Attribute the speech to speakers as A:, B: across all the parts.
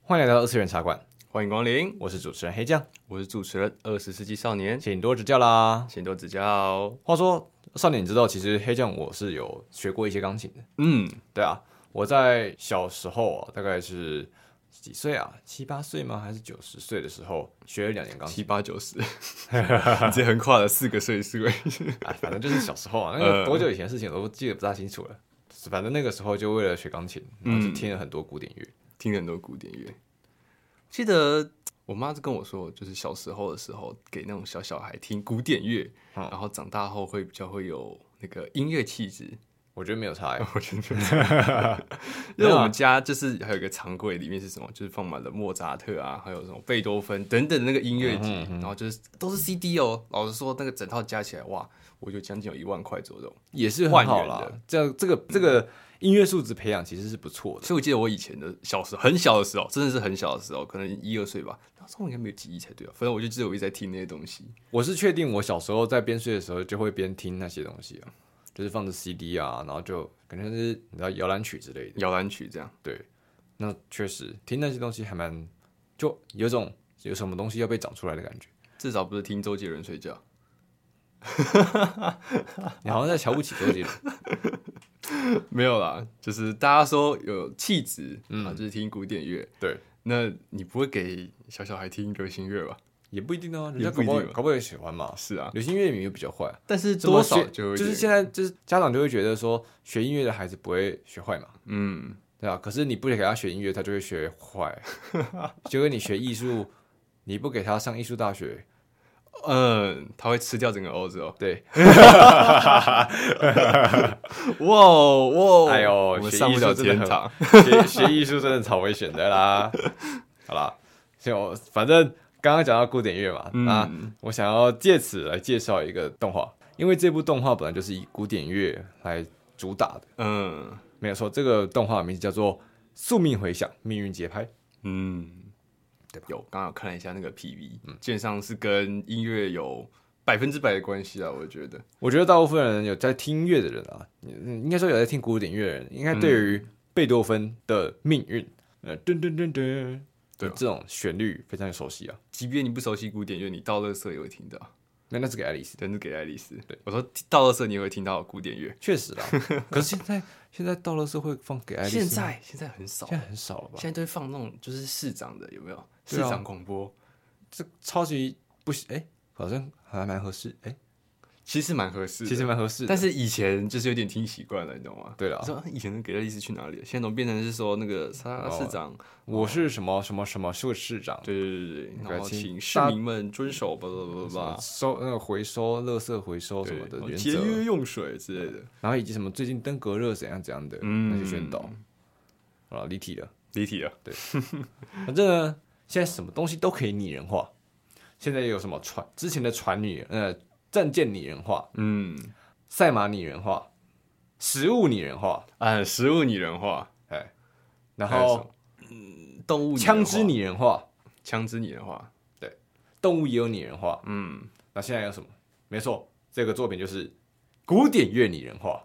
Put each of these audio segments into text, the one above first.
A: 欢迎来到二次元茶馆，
B: 欢迎光临，
A: 我是主持人黑酱，
B: 我是主持人20世纪少年，
A: 请多指教啦。
B: 请多指教。
A: 话说，少年，你知道其实黑酱我是有学过一些钢琴的。
B: 嗯，
A: 对啊，我在小时候大概是几岁啊？7、8岁吗？还是9、10岁的时候学了2年钢琴？
B: 7、8、9、10，你直接横跨了4个岁数。
A: 反正就是小时候啊，那个多久以前的事情我都记得不大清楚了。反正那个时候就为了学钢琴，然后就听了很多古典乐，
B: 听了很多古典乐。记得我妈就跟我说，就是小时候的时候给那种小孩听古典乐，然后长大后会比较会有那个音乐气质。
A: 我觉得没有差欸。
B: 我觉得没有差，因为我们家就是还有一个长柜，里面是什么？就是放满了莫扎特啊，还有什么贝多芬等等的那个音乐集，然后就是都是 CD 哦。老实说，那个整套加起来，哇，我就将近有1万块左右，
A: 也是很好啦。这个音乐素质培养其实是不错的。
B: 所以我记得我以前的小时候，很小的时候，真的是很小的时候，可能1、2岁吧。那时候我应该没有记忆才对啊。反正我就记得我一直在听那些东西。
A: 我是确定我小时候在边睡的时候就会边听那些东西啊，就是放着 CD 啊，然后就感觉是你知道摇篮曲之类的。
B: 摇篮曲这样。
A: 对，那确实听那些东西还蛮，就有种有什么东西要被长出来的感觉。
B: 至少不是听周杰伦睡觉。
A: 你好像在瞧不起周杰伦。
B: 没有啦，就是大家说有气质啊，就是听古典乐。
A: 对，
B: 那你不会给小孩听流行乐吧？
A: 也不一定啊，人家搞不好也喜欢嘛。
B: 是啊，
A: 流行乐迷比较坏，
B: 但是多少
A: 就是现在就是家长就会觉得说学音乐的孩子不会学坏嘛。
B: 嗯，
A: 对啊，可是你不给他学音乐，他就会学坏。就跟你学艺术，你不给他上艺术大学。
B: 他会吃掉整个欧洲。
A: 对，
B: 哇，
A: 哎呦，
B: 我们上不了天堂。
A: 学艺术真的超危险的啦。好啦，反正刚刚讲到古典乐嘛，那我想要借此来介绍一个动画，因为这部动画本来就是以古典乐来主打的。没有错，这个动画的名字叫做《宿命回响，命运节拍》。
B: 有刚好看了一下那个 PV，基本上是跟音乐有100%的关系啊。我觉得
A: 大部分人有在听音乐的人啊，应该说有在听古典乐的人，应该对于贝多芬的命运，噔噔噔噔，对这种旋律非常熟悉啊。
B: 即便你不熟悉古典乐，你到垃圾也会听到。
A: 那是给爱丽丝，
B: 真是给爱丽丝。对，我说到垃圾你也会听到古典乐，
A: 确实啦。可是现在到垃圾会放给爱丽丝，
B: 现在很少，
A: 现在很少了吧？
B: 现在都会放那种就是市长的，有没有？市长广播，
A: 这超级不行，好像还蛮合适，
B: 其实蛮合适的，但是以前就是有点听习惯了，你懂吗？
A: 对了，
B: 说以前的给爱丽丝去哪里了？现在怎么变成是说那个市长，
A: 我是什么什么什么市长？
B: 对，然后请市民们遵守
A: 收那个回收垃圾回收什么的原则，
B: 节约用水之类的，
A: 然后以及什么最近登革热怎样的那些宣导。好了，离题了。
B: 对，
A: 反正呢，现在什么东西都可以拟人化。现在有什么之前的战舰拟人化，赛马拟人化，食物拟人化，
B: 食物拟人化，
A: 然后
B: 动物
A: 枪支拟人化，对，动物也有拟人化，那现在有什么？没错，这个作品就是古典乐拟人化，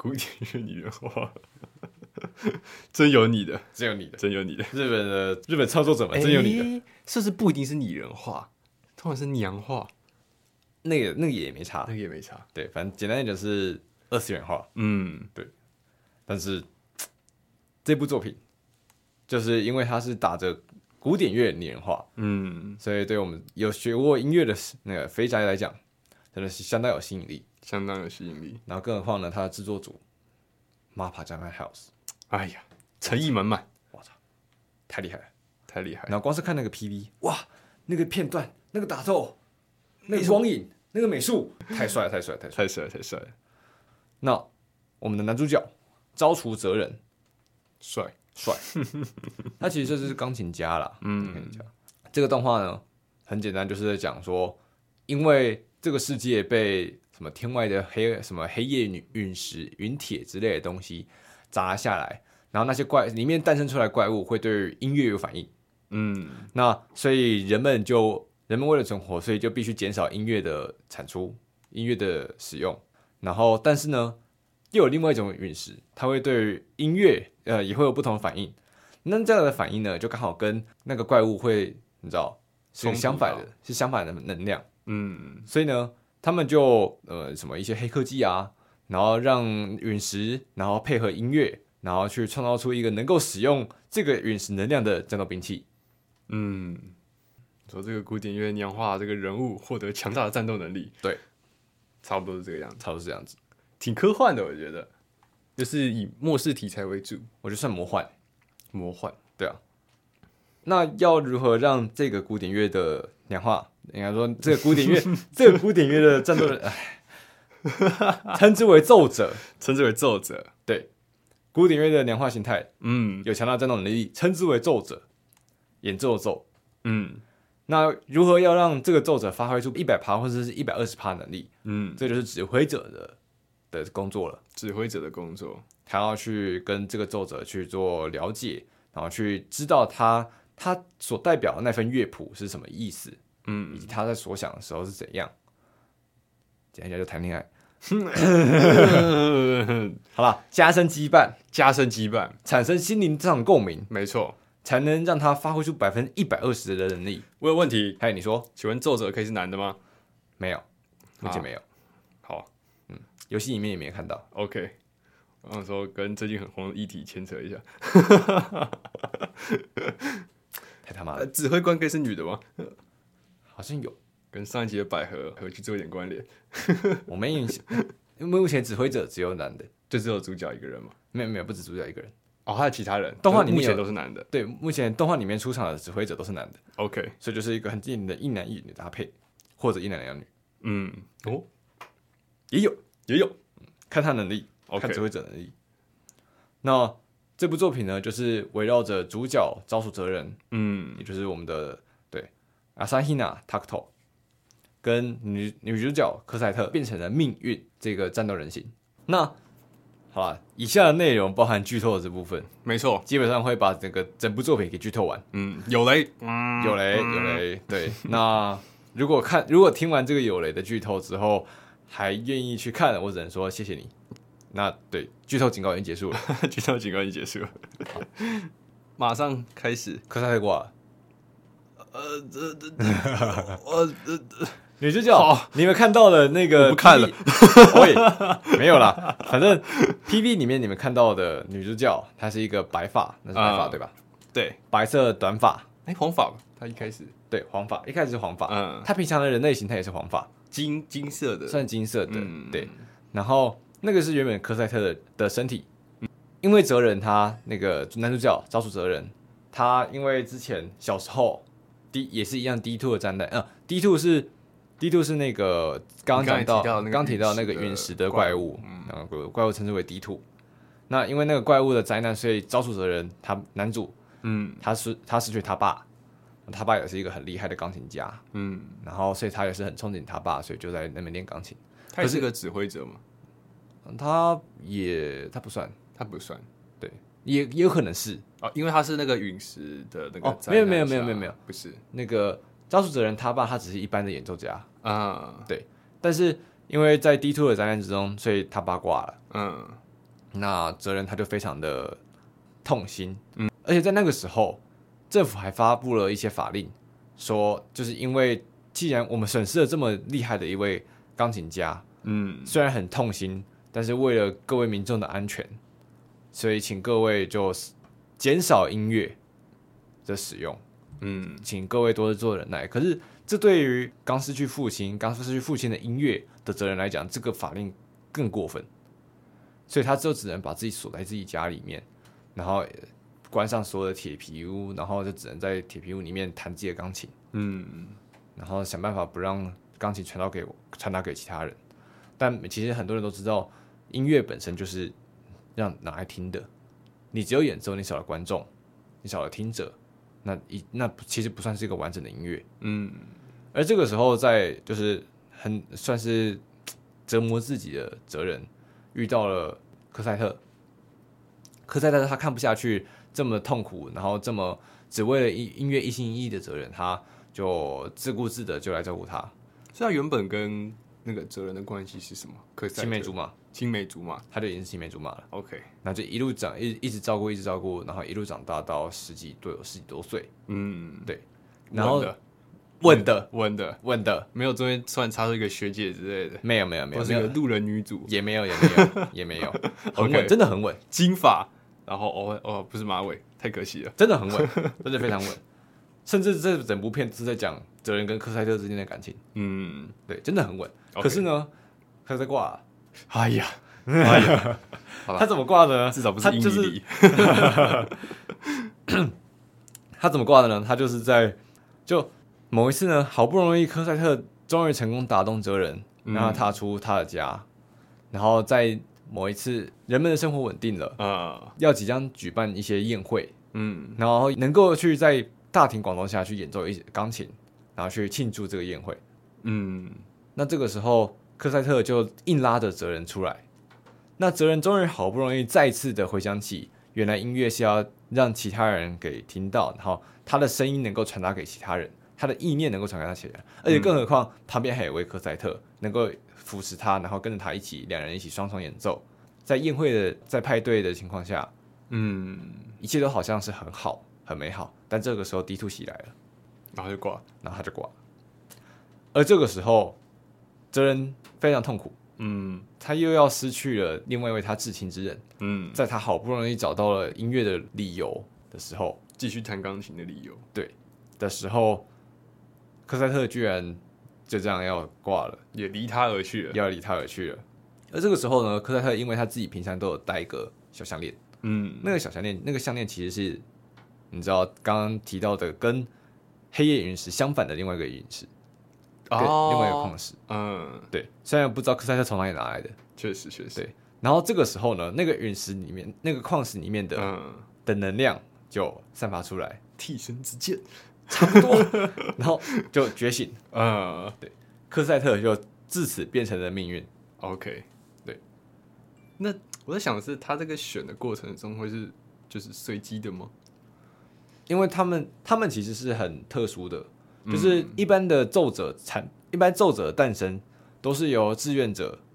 B: 真有你的，
A: 真有你的，日本创作者们真有你的，
B: 是不是不一定是拟人化，通常是娘化？
A: 那个也没差，对，反正简单一点就是2次元化，对。但是这部作品就是因为它是打着古典乐拟人化，所以对我们有学过音乐的那个肥宅来讲，真的是相当有吸引力。然后更何况呢，它的制作组 MAPPA Japan House，
B: 哎呀，诚意满满，
A: 我操，太厉害了。
B: 然
A: 后光是看那个 PV， 哇，那个片段，那个打斗，那个光影，那个美术，太帅了。那我们的男主角朝除哲人，
B: 帅，
A: 他其实就是钢琴家啦。这个动画呢，很简单，就是在讲说，因为这个世界被什么天外的黑夜陨石、陨铁之类的东西砸下来，然后那些里面诞生出来的怪物会对音乐有反应。那所以人们为了存活，所以就必须减少音乐的产出、音乐的使用。然后，但是呢，又有另外一种陨石，它会对音乐也会有不同的反应。 那这样的反应呢，就刚好跟那个怪物会你知道是相反的能量。所以呢，他们就什么一些黑科技啊，然后让陨石，然后配合音乐，然后去创造出一个能够使用这个陨石能量的战斗兵器。
B: 说这个古典乐娘化这个人物获得强大的战斗能力，
A: 对，
B: 差不多是这个样子，
A: 差不多是这样子，
B: 挺科幻的，我觉得，就是以末世题材为主，
A: 我觉得算魔幻，对啊。那要如何让这个古典乐的娘化？应该说这个古典乐的战斗人，称之为奏者，对，古典乐的娘化形态，有强大战斗能力，称之为奏者，演奏奏，那如何要让这个奏者发挥出100%或者是120%能力？这就是指挥者的工作了。
B: 指挥者的工作，
A: 他要去跟这个奏者去做了解，然后去知道他所代表的那份乐谱是什么意思，以及他在所想的时候是怎样。讲一下就谈恋爱。好了，加深羁绊，产生心灵上的共鸣，
B: 没错，
A: 才能让他发挥出120%的能力。
B: 我有问题，
A: 你说，
B: 请问奏者可以是男的吗？
A: 没有，目前没有。
B: 好，
A: 游戏里面也没看到。
B: OK， 我想说跟最近很红的议题牵扯一下。
A: 太他妈了！
B: 指挥官可以是女的吗？
A: 好像有，
B: 跟上一集的百合去做一点关联。
A: 我没印象，因为目前指挥者只有男的，
B: 就只有主角一个人嘛？
A: 没有，不止主角一个人。
B: 还有其他人。
A: 动画里面
B: 目前都是男的。
A: 对，目前动画里面出场的指挥者都是男的。
B: OK，
A: 所以就是一个很经典的一男一女的搭配，或者一男两女。也有，看他能力，看指挥者能力。那这部作品呢，就是围绕着主角昭属哲人，也就是我们的阿萨希娜 Takuto 跟女主角科赛特变成了命运这个战斗人形。那好了，以下的内容包含剧透的这部分，
B: 没错，
A: 基本上会把整部作品给剧透完。
B: 有雷，
A: 有雷。对，那如果听完这个有雷的剧透之后，还愿意去看，我只能说谢谢你。那对，剧透警告已经结束了，
B: 马上开始。
A: 科赛特挂了。女主角，你们看到的那个，
B: 我不看了。
A: 没有啦，反正 PV 里面你们看到的女主角，她是一个白发，那是白发对吧？
B: 对，
A: 白色短发，
B: 黄发，她一开始
A: 对黄发，一开始是黄发，她平常的人类形态也是黄发，
B: 金色的，
A: 算金色的，对。然后那个是原本科赛特的身体，因为哲人他那个男主角昭属哲人，他因为之前小时候也是一样 D2 的战队，D2 是那个刚提到那个陨石的怪物，怪物称之为 D2。那因为那个怪物的灾难，所以昭属哲人他男主，他失去他爸，他爸也是一个很厉害的钢琴家，然后所以他也是很憧憬他爸，所以就在那边练钢琴。
B: 他也是个指挥者吗？
A: 他不算，对，也有可能是
B: 因为他是那个陨石的那个
A: 灾难没有，
B: 不是
A: 那个昭属哲人他爸，他只是一般的演奏家
B: 对，
A: 但是因为在 D2 的灾难之中，所以他爸挂了，那哲人他就非常的痛心，而且在那个时候，政府还发布了一些法令，说就是因为既然我们损失了这么厉害的一位钢琴家，虽然很痛心，但是为了各位民众的安全，所以请各位就减少音乐的使用，请各位多做忍耐。可是这对于刚失去父亲的音乐的责任来讲，这个法令更过分，所以他就只能把自己锁在自己家里面，然后关上所有的铁皮屋，然后就只能在铁皮屋里面弹自己的钢琴，然后想办法不让钢琴传达给其他人。但其实很多人都知道，音乐本身就是让拿来听的。你只有演奏，你少了观众，你少了听者，那其实不算是一个完整的音乐。而这个时候，在就是很算是折磨自己的哲人遇到了科赛特。科赛特他看不下去这么痛苦，然后这么只为了音乐一心一意的哲人，他就自顾自的就来照顾他。
B: 所以他原本跟那个哲人的关系是什么？科赛特
A: 青梅竹马，
B: 青梅竹马，
A: 他就已经是青梅竹马了。
B: OK，
A: 那就一路长，一直照顾，一直照顾，然后一路长大到十几多岁。对。然后稳的，
B: 没有中间突然插出一个学姐之类的，
A: 没有，
B: 或是一个路人女主，
A: 也没有，很稳，
B: OK
A: 真的很稳，
B: 金发，然后不是马尾，太可惜了，
A: 真的很稳，真的非常稳。甚至这整部片是在讲哲人跟科赛特之间的感情。对，真的很稳。可是呢，科赛特挂了。
B: 哎呀，
A: 他怎么挂的呢？
B: 至少不是英语里。
A: 他怎么挂的呢？他就是就某一次呢，好不容易科赛特终于成功打动哲人，让他踏出他的家，然后在某一次人们的生活稳定了，要即将举办一些宴会，然后能够去在大庭广众下去演奏一些钢琴，然后去庆祝这个宴会。那这个时候科赛特就硬拉着哲人出来，那哲人终于好不容易再次的回想起，原来音乐是要让其他人给听到，然后他的声音能够传达给其他人，他的意念能够传达给其他人，而且更何况旁边还有位科赛特能够扶持他，然后跟着他两人一起双重演奏，在宴会的在派对的情况下，一切都好像是很好很美好，但这个时候D2袭来了，
B: 然后
A: 他就挂了。而这个时候哲人非常痛苦，他又要失去了另外一位他至亲之人，在他好不容易找到了音乐的理由的时候，
B: 继续弹钢琴的理由，
A: 对的时候，科赛特居然就这样要挂了，
B: 也离他而去了，
A: 要离他而去了。而这个时候呢，科赛特因为他自己平常都有戴一个小项链，那个小项链，那个项链其实是你知道刚刚提到的跟黑夜陨石相反的另外一个陨石。跟另外一个矿石，对，虽然不知道科赛特从哪里拿来的，
B: 确实，
A: 对。然后这个时候呢，那个陨石里面，那个矿石里面的能量就散发出来，
B: 替身之剑，
A: 差不多，然后就觉醒，对，科赛特就自此变成了命运。
B: OK，
A: 对。
B: 那我在想的是，他这个选的过程中会是就是随机的吗？
A: 因为他们其实是很特殊的。就是一般的奏者的诞生都是由志愿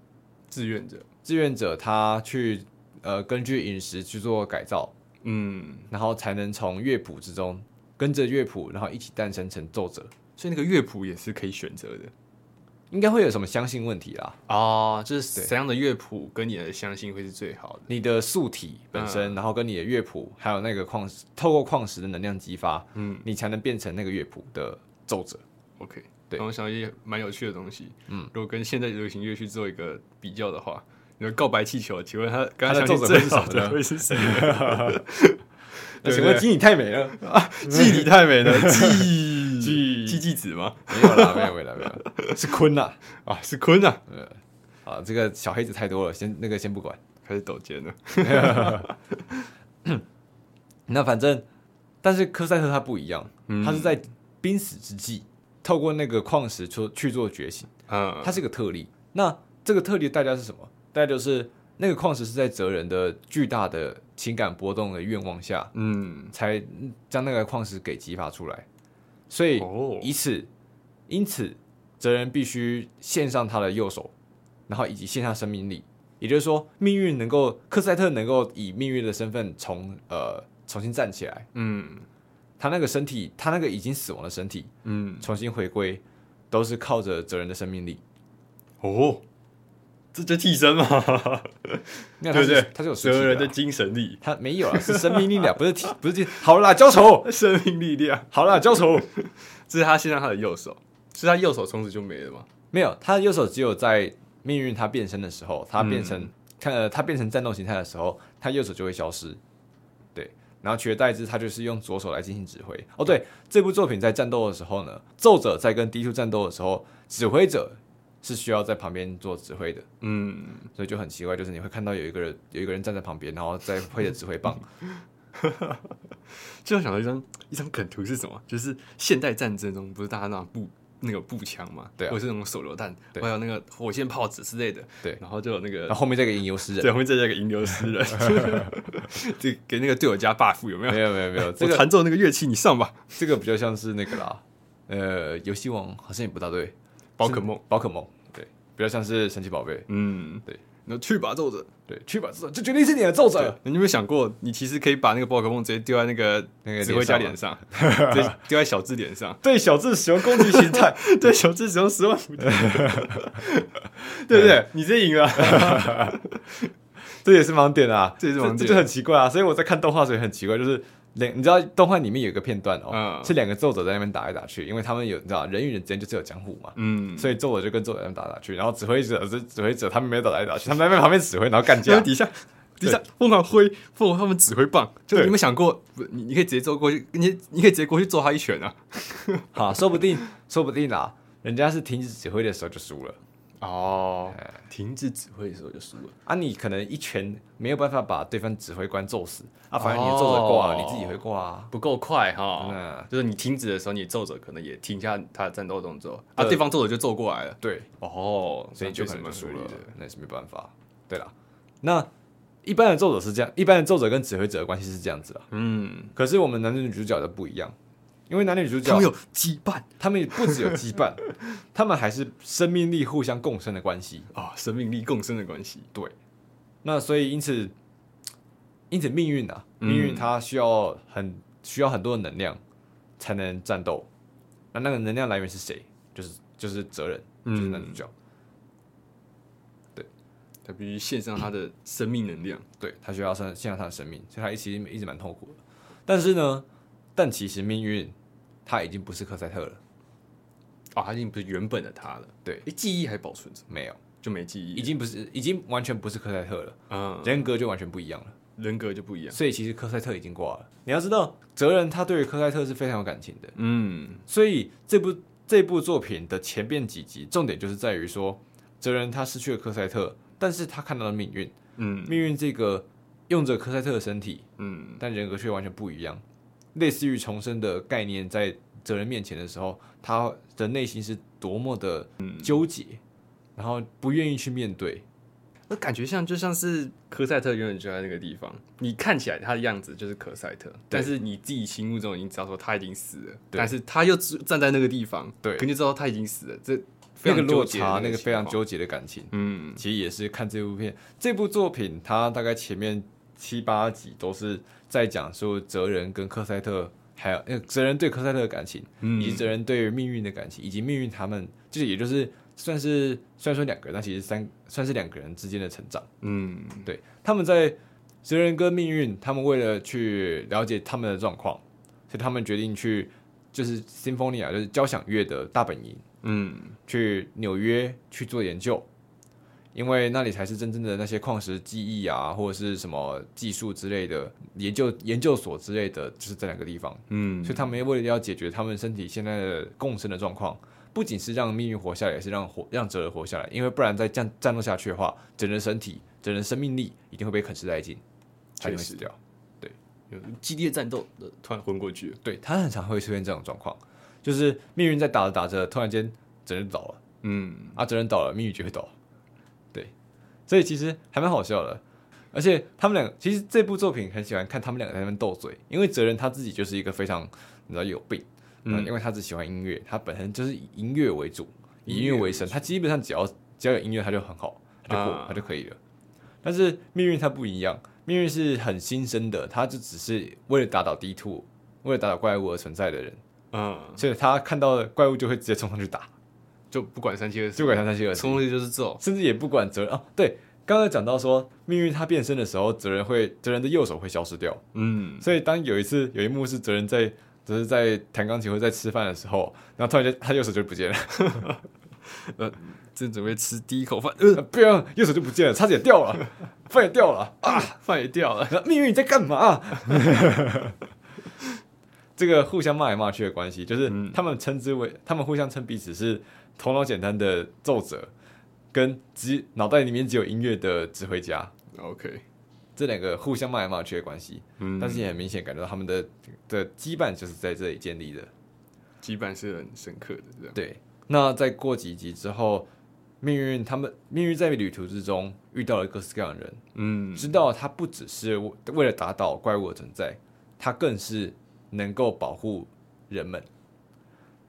A: 者他去根据饮食去做改造，然后才能从乐谱之中跟着乐谱，然后一起诞生成奏者。
B: 所以那个乐谱也是可以选择的，
A: 应该会有什么相信问题啦？
B: 就是怎样的乐谱跟你的相信会是最好的？
A: 你的素体本身，然后跟你的乐谱，还有那个矿石，透过矿石的能量激发，你才能变成那个乐谱的奏者。
B: OK，
A: 对，
B: 我想一些蛮有趣的东西。如果跟现在流行乐去做一个比较的话，你的告白气球，请问他的奏者会是谁？
A: 请问基你太美了
B: 基你太美了，季子吗？
A: 没有啦，是坤呐，
B: 是坤呐。
A: 这个小黑子太多了，先不管，
B: 开始抖肩了。
A: 那反正，但是科赛特他不一样，他是在濒死之际，透过那个矿石去做觉醒，它是个特例。那这个特例的代价是什么？代价就是那个矿石是在哲人的巨大的情感波动的愿望下，才将那个矿石给激发出来。所以因此，哲人必须献上他的右手，然后以及献上生命力。也就是说，科赛特能够以命运的身份重新站起来。他那个身体，他那个已经死亡的身体，重新回归，都是靠着哲人的生命力。
B: 这就替身嘛，对不对？
A: 他是有
B: 哲人的精神力，
A: 他没有是生命力量，不是好啦，交仇，
B: 生命力量，
A: 好啦，交仇。
B: 这是他献上他的右手，是他右手从此就没了吗？
A: 没有，他的右手只有在命运他变身的时候，他变成战斗形态的时候，他右手就会消失。对。然后取而代之，他就是用左手来进行指挥。对，这部作品在战斗的时候呢，奏者在跟 D2 战斗的时候，指挥者是需要在旁边做指挥的。所以就很奇怪，就是你会看到有一个人站在旁边，然后再挥着指挥棒。
B: 就想到一张梗图是什么？就是现代战争中不是大家那个步枪嘛，
A: 对，
B: 或者是那种手榴弹，还有那个火箭炮子之类的，
A: 对，
B: 然后就有那个，
A: 然后后面再一个吟游诗人，
B: 对，后面再加一个吟游诗人，就给那个队友加 buff， 有没有？
A: 没有，这个
B: 我弹奏那个乐器，你上吧。
A: 这个比较像是那个啦，游戏王好像也不大对，
B: 宝可梦，
A: 对， 比较像是神奇宝贝。对，
B: 那去吧咒者，
A: 对，去吧咒者，这绝对是你的咒者。
B: 你有没有想过，你其实可以把那个宝可梦直接丢在那个指挥家脸上，直接丢在小智脸上。
A: 对小智使用攻击形态，
B: 对小智使用10万伏特，对不对？你直接赢了。
A: 这也是盲点啊，
B: 这
A: 就很奇怪啊。所以我在看动画的时候也很奇怪，就是你知道动画里面有一个片段是2个咒者在那边打来打去，因为他们有你知道人与人之间就是有江湖嘛，所以咒者就跟咒者在那边打来打去，然后指挥者他们没有打来打去，他们在旁边指挥，然后干架，
B: 底下疯狂挥他们指挥棒，就你有没有想过，你可以直接揍过去，你可以直接过去揍他一拳啊。
A: 好，说不定啊，人家是停止指挥的时候就输了。
B: 停止指挥的时候就输了
A: 啊！你可能一拳没有办法把对方指挥官揍死啊，反正你的咒者挂了，你自己会挂啊，
B: 不够快哈。就是你停止的时候，你的咒者可能也停下他的战斗动作啊，对方咒者就揍过来了。
A: 对，
B: 所以
A: 就可能就输了，那也是没办法。对啦，那一般的咒者是这样，一般的咒者跟指挥者的关系是这样子啦。可是我们男女主角的不一样。因为男女主角
B: 他们有羁绊，
A: 他们不只有羁绊，他们还是生命力互相共生的关系
B: 生命力共生的关系。
A: 对，那所以因此命运命运它需要很多的能量才能战斗。那个能量来源是谁？就是责任，就是男主角。对，
B: 他必须献上他的生命能量。
A: 对，他需要献上他的生命，所以他一直蛮痛苦的。但其实命运他已经不是科赛特了。
B: 他已经不是原本的他了。
A: 对，
B: 记忆还保存着？
A: 没有，
B: 就没记忆，
A: 已经完全不是科赛特了。人格就完全不一样了。
B: 人格就不一样，
A: 所以其实科赛特已经挂了。你要知道，责任他对于科赛特是非常有感情的。所以这部作品的前边几集，重点就是在于说，责任他失去了科赛特，但是他看到了命运。命运这个用着科赛特的身体，但人格却完全不一样。类似于重生的概念，在责任面前的时候，他的内心是多么的纠结，然后不愿意去面对。
B: 那感觉就像是科赛特永远就在那个地方，你看起来他的样子就是科赛特，但是你自己心目中已经知道说他已经死了，但是他又站在那个地方，可你就知道他已经死了，这非常
A: 落差，那个非常纠结的感情。其实也是看这部作品，它大概前面7、8集都是在讲说责任跟科赛特，还有责任对科赛特的感情，以及责任对命运的感情，以及命运他们也就是虽然说2个人，但其实算是2个人之间的成长。对，他们在责任跟命运，他们为了去了解他们的状况，所以他们决定去就是 Symphonia 就是交响乐的大本营，去纽约去做研究。因为那里才是真正的那些矿石技艺啊，或者是什么技术之类的研究所之类的，就是在2个地方。所以他们为了要解决他们身体现在的共生的状况，不仅是让命运活下来，也是让哲人活下来。因为不然再这样战斗下去的话，整人身体、整人生命力一定会被啃食殆尽，他就会死掉。对，
B: 有激烈战斗突然昏过去了。
A: 对，他很常会出现这种状况，就是命运在打着打着，突然间整人倒了。整人倒了，命运就会倒。所以其实还蛮好笑的，而且他们2个其实这部作品很喜欢看他们2个在那边斗嘴，因为责任他自己就是一个非常你知道有病，因为他只喜欢音乐，他本身就是以音乐为主，以音乐为生，他基本上只要有音乐他就很好，他就可以了。但是命运他不一样，命运是很新生的，他就只是为了打倒D2，为了打倒怪物而存在的人，所以他看到的怪物就会直接冲上去打。
B: 就不管3七2十，冲上去就是揍，
A: 甚至也不管责任。对，刚刚讲到说命运他变身的时候，责任的右手会消失掉。所以当有一幕是责任在弹钢琴或在吃饭的时候，然后突然间他右手就不见了。
B: 正准备吃第一口饭，
A: 不要，右手就不见了，叉子也掉了，饭也掉了
B: 饭也掉了。
A: 命运你在干嘛？这个互相骂来骂去的关系，就是他们互相称彼此是头脑简单的奏者，跟脑袋里面只有音乐的指挥家。
B: OK，
A: 这2个互相骂来骂去的关系，但是也很明显感觉到他们的羁绊就是在这里建立的，
B: 羁绊是很深刻的。这样
A: 对。那再过几集之后，命运在旅途之中遇到了各式各样的人，知道他不只是为了打倒怪物的存在，他更是能够保护人们。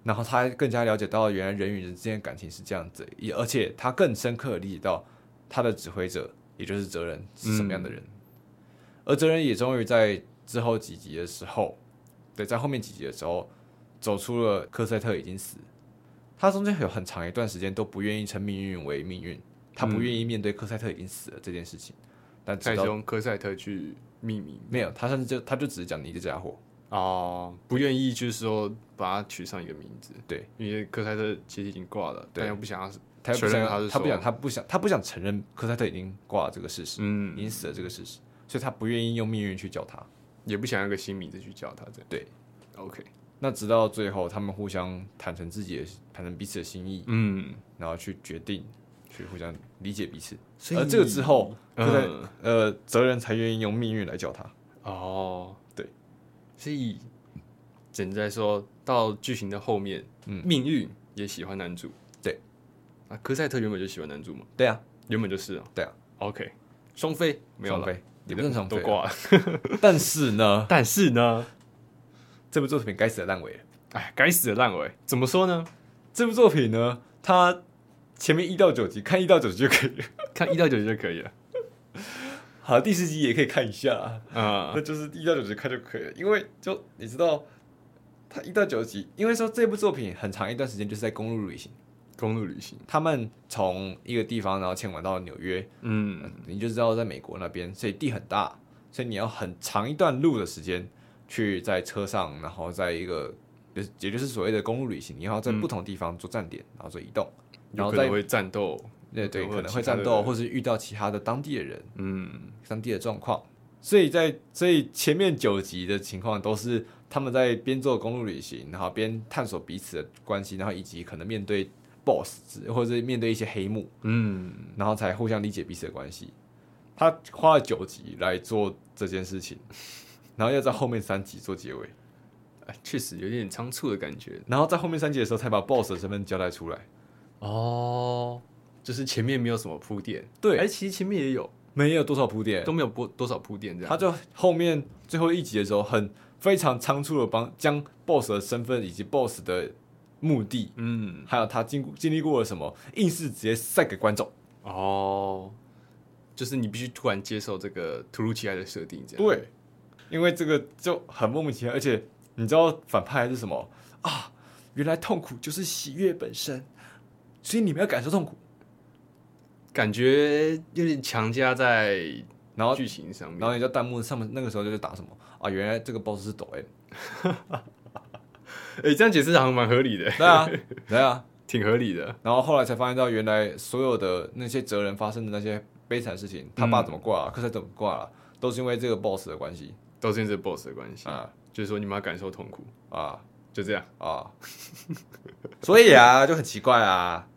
A: 然后他更加了解到原来人与人之间的感情是这样子，而且他更深刻的理解到他的指挥者，也就是泽人是什么样的人。而泽人也终于在之后几集的时候，对，在后面几集的时候，走出了科赛特已经死。他中间有很长一段时间都不愿意称命运为命运，他不愿意面对科赛特已经死了这件事情。但
B: 开始用科赛特去命名，
A: 没有，他就只是讲你这家伙
B: 不愿意就是说把他取上一个名字。
A: 对，
B: 因为科赛特其实已经挂了，但又不想要
A: 承
B: 认
A: 他不想承认科赛特已经挂了这个事实，已经死了这个事实，所以他不愿意用命运去叫他，
B: 也不想要一个新名字去叫他。这样
A: 对
B: ，OK。
A: 那直到最后，他们互相坦诚彼此的心意，然后去决定，去互相理解彼此。而这个之后，泽人才愿意用命运来叫他。
B: 对，所以简单来说，到剧情的后面，命运也喜欢男主。
A: 对，
B: 科赛特原本就喜欢男主嘛？
A: 对啊，
B: 原本就是啊。
A: 对啊
B: ，OK， 双飞没有了，
A: 也不正常
B: 都挂了。
A: 但是呢，这部作品该死的烂尾了。
B: 哎，该死的烂尾，怎么说呢？
A: 这部作品呢，它前面1到9集看1到9集就可以了，
B: 看1到9集就可以了。
A: 好，第10集也可以看一下那就是1到9集看就可以了。因为就你知道，它1到9集，因为说这部作品很长一段时间就是在公路旅行，他们从一个地方然后前往到纽约，你就知道在美国那边，所以地很大，所以你要很长一段路的时间去在车上，然后在一个也就是所谓的公路旅行，你要在不同地方做站点，然后做移动，然后
B: 可能会战斗，
A: 对，可能会战斗，或是遇到其他的当地的人，当地的状况。所以前面9集的情况都是他们在边做公路旅行，然后边探索彼此的关系，然后以及可能面对 BOSS 或者是面对一些黑幕，然后才互相理解彼此的关系。他花了9集来做这件事情，然后要在后面3集做结尾，
B: 确实有点仓促的感觉。
A: 然后在后面3集的时候才把 BOSS 的身份交代出来。
B: 就是前面没有什么铺垫，
A: 对，
B: 其实前面也有，
A: 没有多少铺垫，
B: 都没有多少铺垫，这样。
A: 他就后面最后1集的时候，非常仓促的将 BOSS 的身份以及 BOSS 的目的，还有他经历过了什么，硬是直接塞给观众。
B: 就是你必须突然接受这个突如其来的设定，这样。
A: 对，因为这个就很莫名其妙，而且你知道反派还是什么啊？原来痛苦就是喜悦本身，所以你们要感受痛苦，
B: 感觉有点强加在剧情上面。
A: 然后你在弹幕上面那个时候就打什么啊？原来这个 BOSS 是抖 M。
B: 这样解释好像蛮合理的。
A: 对啊，
B: 挺合理的。
A: 然后后来才发现到，原来所有的那些责人发生的那些悲惨事情，他爸怎么挂了，科赛怎么挂了，都是因为这个 BOSS 的关系，
B: 都是因为这个 BOSS 的关系就是说你们要感受痛苦就这样
A: 所以就很奇怪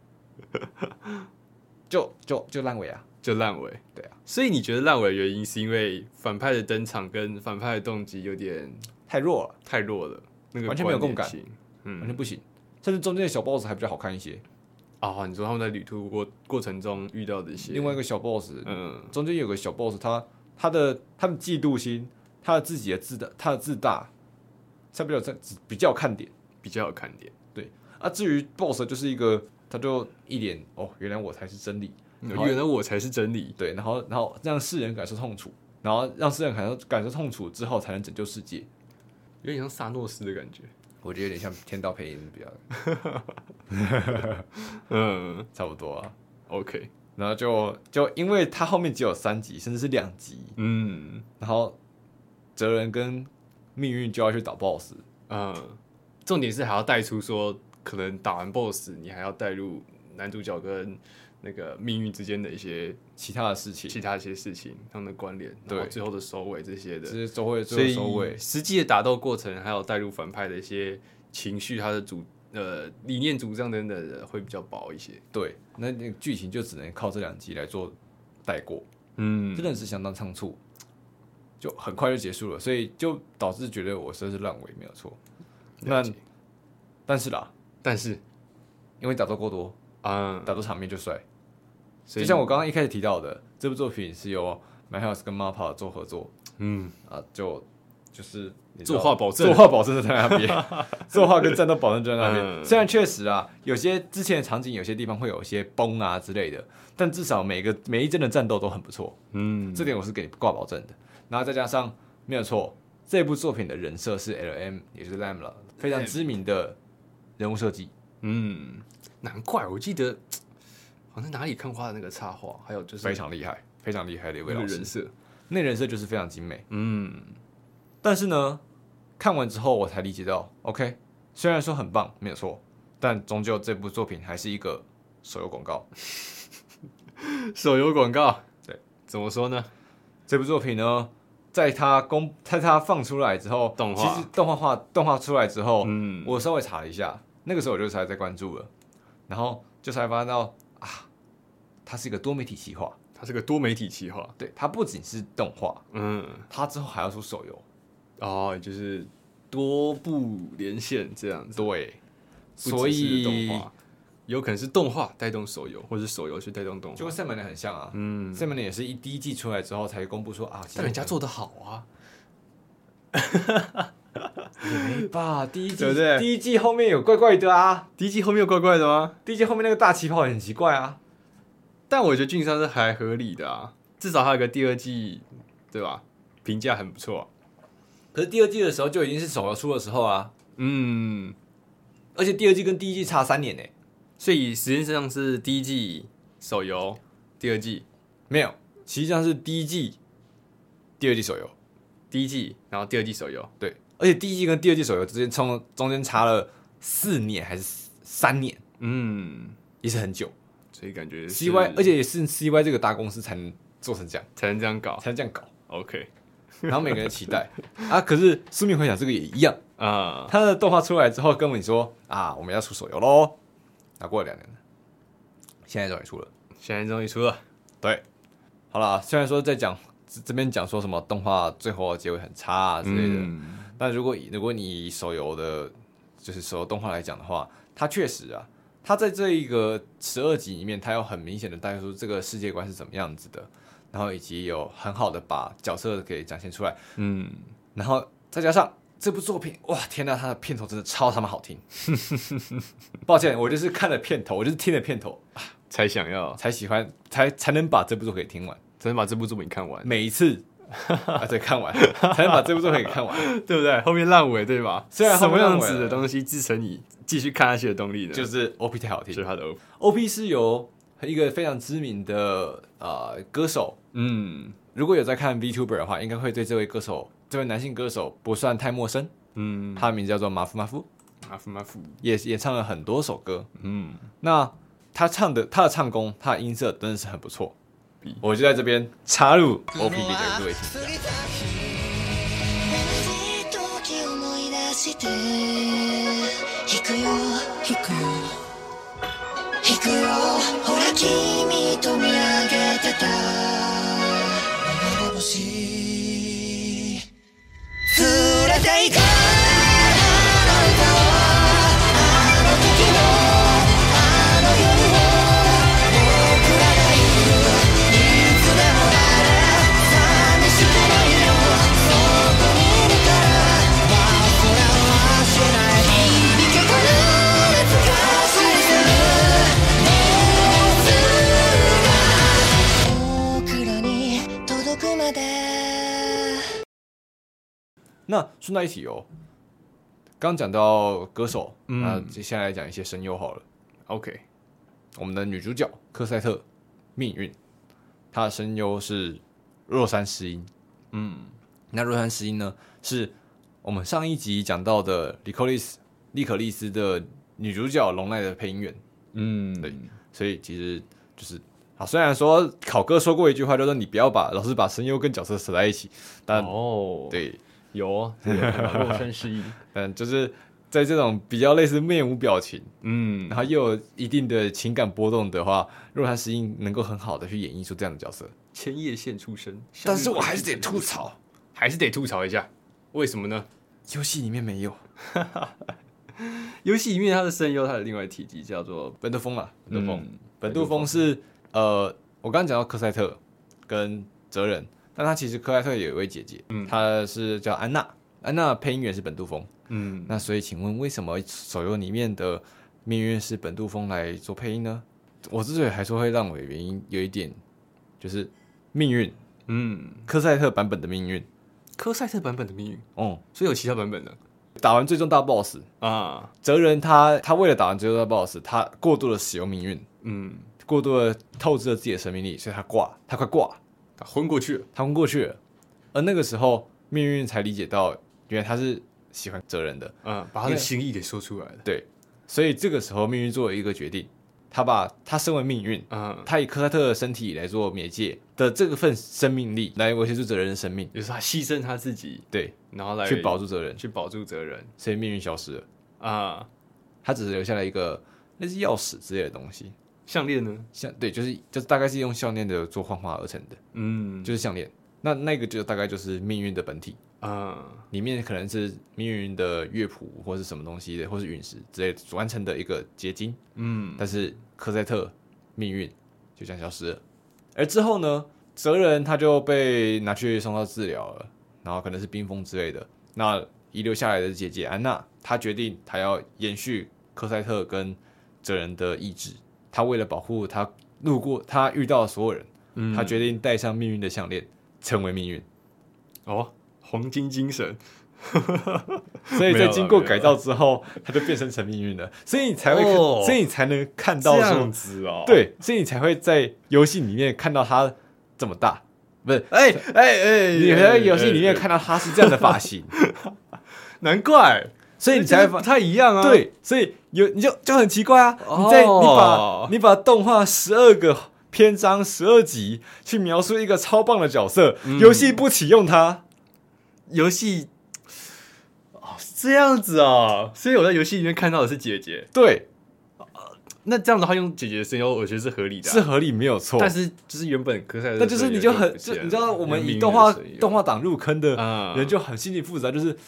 A: 就烂尾
B: 就烂尾。
A: 对
B: 所以你觉得烂尾的原因是因为反派的登场跟反派的动机有点
A: 太弱
B: 了，那个
A: 完全没有共感，
B: 完
A: 全不行，甚至中间的小 BOSS 还比较好看一些。
B: 你说他们在旅途过程中遇到的一些
A: 另外一个小 BOSS，中间有个小 BOSS，他的嫉妒心，他的自己的自大，才比较有看点，对至于 BOSS 就是一个，他就一脸原来我才是真理，
B: 原来我才是真理，
A: 对，然后让世人感受痛楚，然后让世人感受痛楚之后才能拯救世界，
B: 有点像萨诺斯的感觉。
A: 我觉得有点像天道配音比较差不多
B: OK，
A: 然后就因为他后面只有3集，甚至是2集，然后泽人跟命运就要去打 BOSS，
B: 重点是还要带出说，可能打完 BOSS， 你还要带入男主角跟那个命运之间的一些
A: 其他的事情，
B: 他们的关联，然后最后的收尾这些的，
A: 这是收尾，
B: 所以实际的打斗过程还有带入反派的一些情绪，他的理念主张等等的会比较薄一些。
A: 对，那个剧情就只能靠这2集来做带过，真的是相当仓促，就很快就结束了，所以就导致觉得我这是烂尾没有错。但是因为打斗过多打斗场面就帅。就像我刚刚一开始提到的，这部作品是由 Madhouse 跟 MAPPA 做合作，就就是
B: 作画保证，
A: 作画保证就在那边，作画跟战斗保证就在那边。虽然确实啊，有些之前的场景有些地方会有一些崩啊之类的，但至少每一帧的战斗都很不错。这点我是给你挂保证的。然后再加上没有错，这部作品的人设是 LM， 也就是 Lam 了，非常知名的人物设计。
B: 难怪我记得好像哪里看画的那个插画，还有就是
A: 非常厉害，非常厉害的一位老师。
B: 人设，
A: 那人设就是非常精美。但是呢，看完之后我才理解到 ，OK， 虽然说很棒，没有错，但终究这部作品还是一个手游广告。
B: 手游广告，
A: 对，
B: 怎么说呢？
A: 这部作品呢，在它放出来之后，其实动画出来之后，我稍微查了一下，那个时候我就才在关注了，然后就才发现到啊，它是一个多媒体企划。
B: 它是个多媒体企划，
A: 对，它不仅是动画，它之后还要出手游。
B: 就是多部连线这样子。
A: 对，所以
B: 动画有可能是动画带动手游，或者是手游去带动动画，
A: 就跟赛门人很像啊。赛门人也是第一季出来之后才公布说啊，
B: 但人家做得好啊。
A: 没吧？第一季
B: 对不对？
A: 第一季后面有怪怪的啊。
B: 第一季后面有怪怪的吗？
A: 第一季后面那个大旗袍很奇怪啊。
B: 但我觉得俊商是还合理的啊，至少还有个第二季，对吧？评价很不错。
A: 可是第二季的时候就已经是手游出的时候啊。而且第二季跟第一季差3年呢。
B: 所以时间上是第一季手游，第二季
A: 没有，实际上是第一季、第二季手游，
B: 第一季然后第二季手游。
A: 对，而且第一季跟第二季手游之间中间差了4年还是3年，也是很久。
B: 所以感觉
A: CY， 而且也是 CY 这个大公司才能做成这样，
B: 才能这样搞。OK，
A: 然后每个人期待啊，可是宿命回响这个也一样
B: 啊。
A: 他的动画出来之后，跟你说啊，我们要出手游喽。那过了2年了，现在终于出了。对，好了，虽然说在这边讲说什么动画最后的结尾很差啊之类的，但如果你以手游的，就是手游动画来讲的话，它确实啊。他在这一个12集里面，他有很明显的带出这个世界观是怎么样子的，然后以及有很好的把角色给展现出来，然后再加上这部作品，哇，天哪，他的片头真的超他妈好听。抱歉，我就是看了片头，我就是听了片头
B: 才想要，
A: 才喜欢，才能把这部作品听完，
B: 才能把这部作品看完，
A: 每一次。对，看完才能把这部作品给看完，
B: 对不对？后面烂尾，对吧？
A: 虽然
B: 什么样子的东西支撑你继续看下去的动力呢？
A: 就是 OP 太好听，
B: 就是他的
A: OP 是由一个非常知名的歌手，如果有在看 VTuber 的话，应该会对这位男性歌手不算太陌生，他的名字叫做马夫，也唱了很多首歌，那他的唱功，他的音色真的是很不错。我就在这边插入 OP 给各位听一下。那顺带一提哦，刚讲到歌手，那接下来讲一些声优好了。
B: OK，
A: 我们的女主角科赛特命运，她的声优是若山诗音。那若山诗音呢，是我们上一集讲到的利可利斯的女主角龙奈的配音员。对，所以其实就是好。虽然说考哥说过一句话，就是你不要老是把声优跟角色扯在一起，但对。
B: 有若山诗音，
A: 但就是在这种比较类似面无表情，然后又有一定的情感波动的话，若山诗音能够很好的去演绎出这样的角色。
B: 千叶县出身，
A: 但是我还是得吐槽，
B: 一下，为什么呢？
A: 游戏里面没有，
B: 游戏里面他的声优，他的另外提及叫做
A: 本渡风啦，本渡风是我刚刚讲到科赛特跟哲人。但他其实科赛特有一位姐姐，她是叫安娜， 那配音员是本渡丰。那所以请问为什么手游里面的命运是本渡丰来做配音呢？我之所以还说会让我的原因有一点就是命运，科赛特版本的命运，
B: 科赛特版本的命运，所以有其他版本的。
A: 打完最终大 boss 啊，哲人他为了打完最终大 boss， 他过度的使用命运，过度的透支了自己的生命力，所以他快挂，
B: 他昏过去了，
A: 而那个时候命运才理解到，原来他是喜欢哲人的，
B: 把他的心意给说出来了。
A: 对，所以这个时候命运做了一个决定，他把他身为命运，他以科赛特的身体来做媒介的这份生命力来维持住哲人的生命，
B: 就是他牺牲他自己，
A: 对，
B: 然后来
A: 去保住哲人，所以命运消失了他只是留下了一个类似钥匙之类的东西。
B: 项链呢？
A: 对，就是大概是用项链的做幻化而成的，就是项链。那个就大概就是命运的本体里面可能是命运的乐谱或是什么东西的，或是陨石之类的完成的一个结晶。但是科赛特命运就这样消失了。而之后呢，哲人他就被拿去送到治疗了，然后可能是冰封之类的。那遗留下来的姐姐安娜，她决定她要延续科赛特跟哲人的意志。他为了保护他他遇到的所有人，他决定戴上命运的项链，成为命运。
B: 黄金精神。
A: 所以在经过改造之后，他就变成命运了。所以你才会，所以你才能看到
B: 这样子
A: 对，所以你才会在游戏里面看到他这么大，不是？你在游戏里面看到他是这样的发型，
B: 难怪。
A: 所以你才
B: 不太一样啊。
A: 对，所以你就很奇怪啊。你把动画12个篇章12集去描述一个超棒的角色，游戏不启用他，
B: 游戏这样子所以我在游戏里面看到的是姐姐。
A: 对，
B: 那这样的话用姐姐的声优，我觉得是合理的，
A: 是合理没有错。
B: 但是就是原本科赛特，
A: 那就是你知道我们以动画党入坑的人就很心理复杂，就是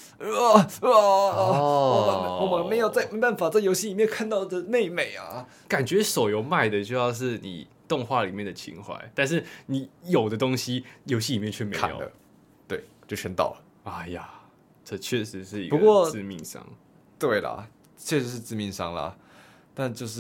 A: 我们没办法在游戏里面看到的妹妹啊，
B: 感觉手游卖的就要是你动画里面的情怀，但是你有的东西游戏里面却没有，
A: 对，就全倒了。
B: 哎呀，这确实是一个致命伤。
A: 对啦，确实是致命伤啦。但就是，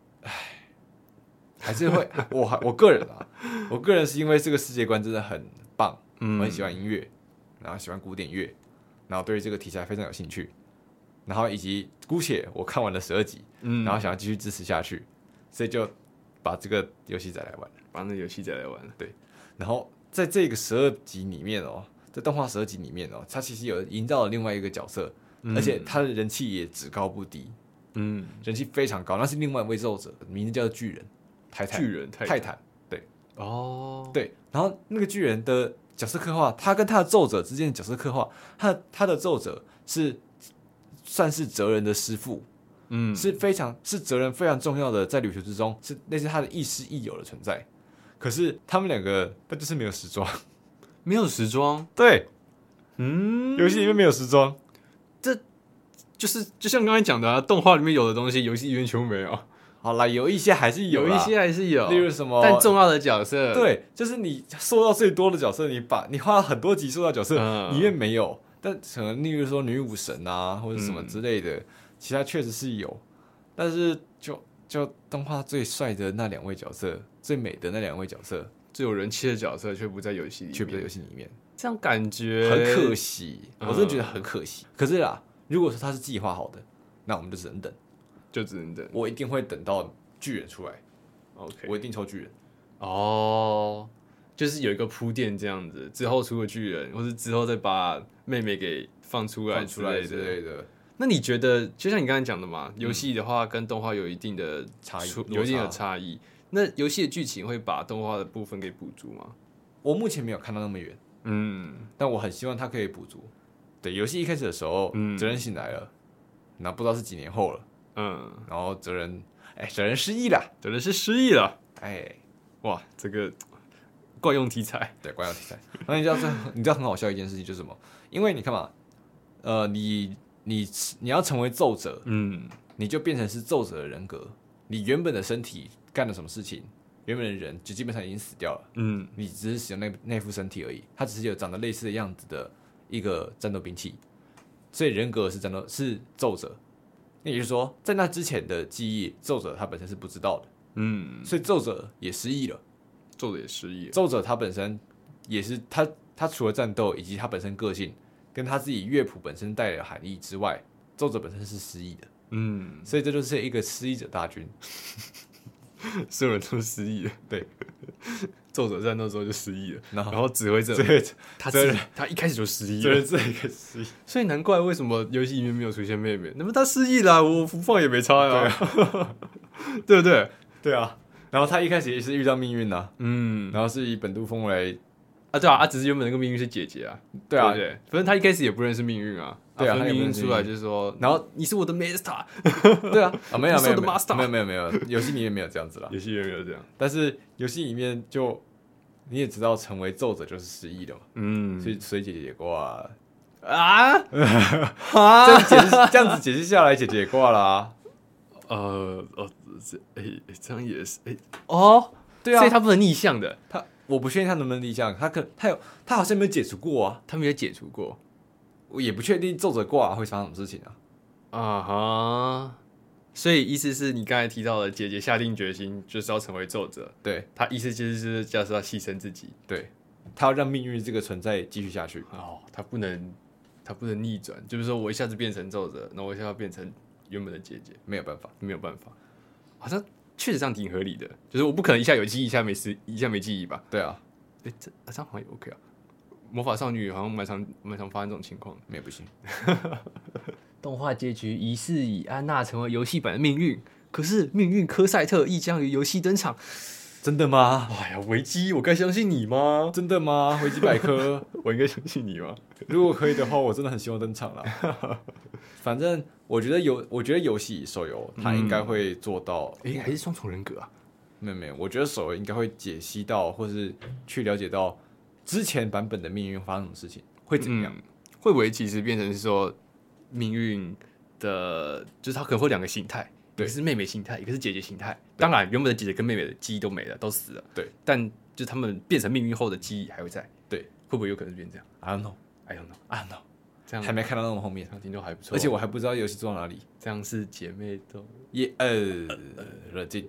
A: 还是会我个人是因为这个世界观真的很棒，我很喜欢音乐，然后喜欢古典乐，然后对于这个题材非常有兴趣，然后以及姑且我看完了12集，然后想要继续支持下去，所以就把这个游戏载来玩了，对，然后在这个12集里面在动画12集里面它其实有营造了另外一个角色，而且他的人气也只高不低。人气非常高，那是另外一位咒者，名字叫巨人泰坦，对，对，然后那个巨人的角色刻画，他跟他的咒者之间的角色刻画，他的咒者算是哲人的师父，是哲人非常重要的，在旅途之中是类似他的亦师亦友的存在。可是他们两个，他就是没有时装，对，游戏里面没有时装，
B: 就像刚才讲的动画里面有的东西，游戏里面全部没有。
A: 好啦，有一些还是有，例如什么，
B: 但重要的角色，
A: 对，就是你塑造最多的角色，你花了很多集塑造角色，里面没有，但可能例如说女武神啊，或者什么之类的，其他确实是有，但是就动画最帅的那2位角色，最美的那2位角色，
B: 最有人气的角色却不在游戏里面，这样感觉
A: 很可惜，我真的觉得很可惜。可是啦，如果说它是计划好的，那我们就只能等。我一定会等到巨人出来。OK， 我一定抽巨人。
B: 就是有一个铺垫这样子，之后出个巨人，或是之后再把妹妹给放出来之类的。那你觉得，就像你刚才讲的嘛，游戏的话跟动画有一定的差异。那游戏的剧情会把动画的部分给补足吗？
A: 我目前没有看到那么远，但我很希望它可以补足。对，游戏一开始的时候，哲人醒来了，那不知道是几年后了。然后哲人失忆了，
B: 哇，这个惯用题材，
A: 对，惯用题材。然后你知道很好笑一件事情就是什么？因为你看嘛，你要成为咒者，你就变成是咒者的人格，你原本的身体干了什么事情，原本的人就基本上已经死掉了，你只是使用那副身体而已，它只是有长得类似的样子的一个战斗兵器，所以人格是奏者。那也就是说，在那之前的记忆，奏者他本身是不知道的，所以奏者也失忆了。
B: 奏者也失忆了。
A: 奏者他本身也是他除了战斗以及他本身个性跟他自己乐谱本身带来的含义之外，奏者本身是失忆的。所以这就是一个失忆者大军，
B: 所有人都失忆了。
A: 对，
B: 奏者战斗之后就失忆了，
A: 然
B: 后指挥者他一开始就失忆了，
A: 这一个失忆，
B: 所以难怪为什么游戏里面没有出现妹妹，那么他失忆了，我不放也没差呀，对不对？
A: 对啊，然后他一开始也是遇到命运啊，然后是以本都风为
B: 对啊，只是原本那个命运是姐姐啊，
A: 对啊，
B: 对，反正他一开始也不认识命运啊，
A: 对啊，
B: 命运出来就是说，然后你是我的 master，
A: 对啊，没有，游戏里面没有这样子啦，
B: 游戏里面没有这样，
A: 但是游戏里面就你也知道，成为奏者就是失忆的嘛，所以姐姐挂啊，这样子解释下来，姐姐挂啦，
B: 这样也是，
A: 对啊，
B: 所以他不能逆向的，
A: 我不确定他能不能逆向，他好像没有解除过啊，
B: 他没有解除过，
A: 我也不确定奏者挂会发生什么事情
B: 啊。所以意思是你刚才提到的姐姐下定决心就是要成为奏者，
A: 对，
B: 他意思就是要牺牲自己，
A: 对，他要让命运这个存在继续下去。
B: 他不能逆转，就是说我一下子变成奏者，然后我一下要变成原本的姐姐，
A: 没有办法，
B: 好像确实这样挺合理的，就是我不可能一下有记忆，一下没记忆吧？
A: 对啊，
B: 这样好像也 OK 啊。魔法少女好像蛮常发生这种情况，
A: 没有不行。
B: 动画结局疑似以安娜成为游戏版的命运，可是命运科赛特亦将于游戏登场。
A: 真的吗？
B: 哎呀，维基，我该相信你吗？
A: 真的吗？维基百科，
B: 我应该相信你吗？
A: 如果可以的话，我真的很希望登场啦。反正我觉得游戏手游它应该会做到，
B: 还是双重人格啊？
A: 没有，我觉得手游应该会解析到，或是去了解到之前版本的命运发生什么事情，会怎么样？
B: 会不会其实变成是说命运的，就是它可能会两个形态，一个是妹妹形态，一个是姐姐形态。当然，原本的姐姐跟妹妹的记忆都没了，都死了。
A: 对，
B: 但就他们变成命运后的记忆还会在。
A: 对，
B: 会不会有可能变这样
A: ？I don't know。
B: 这样
A: 还没看到那么后面，
B: 听都还不错。
A: 而且我还不知道游戏做到哪里。
B: 这样是姐妹都
A: 冷静。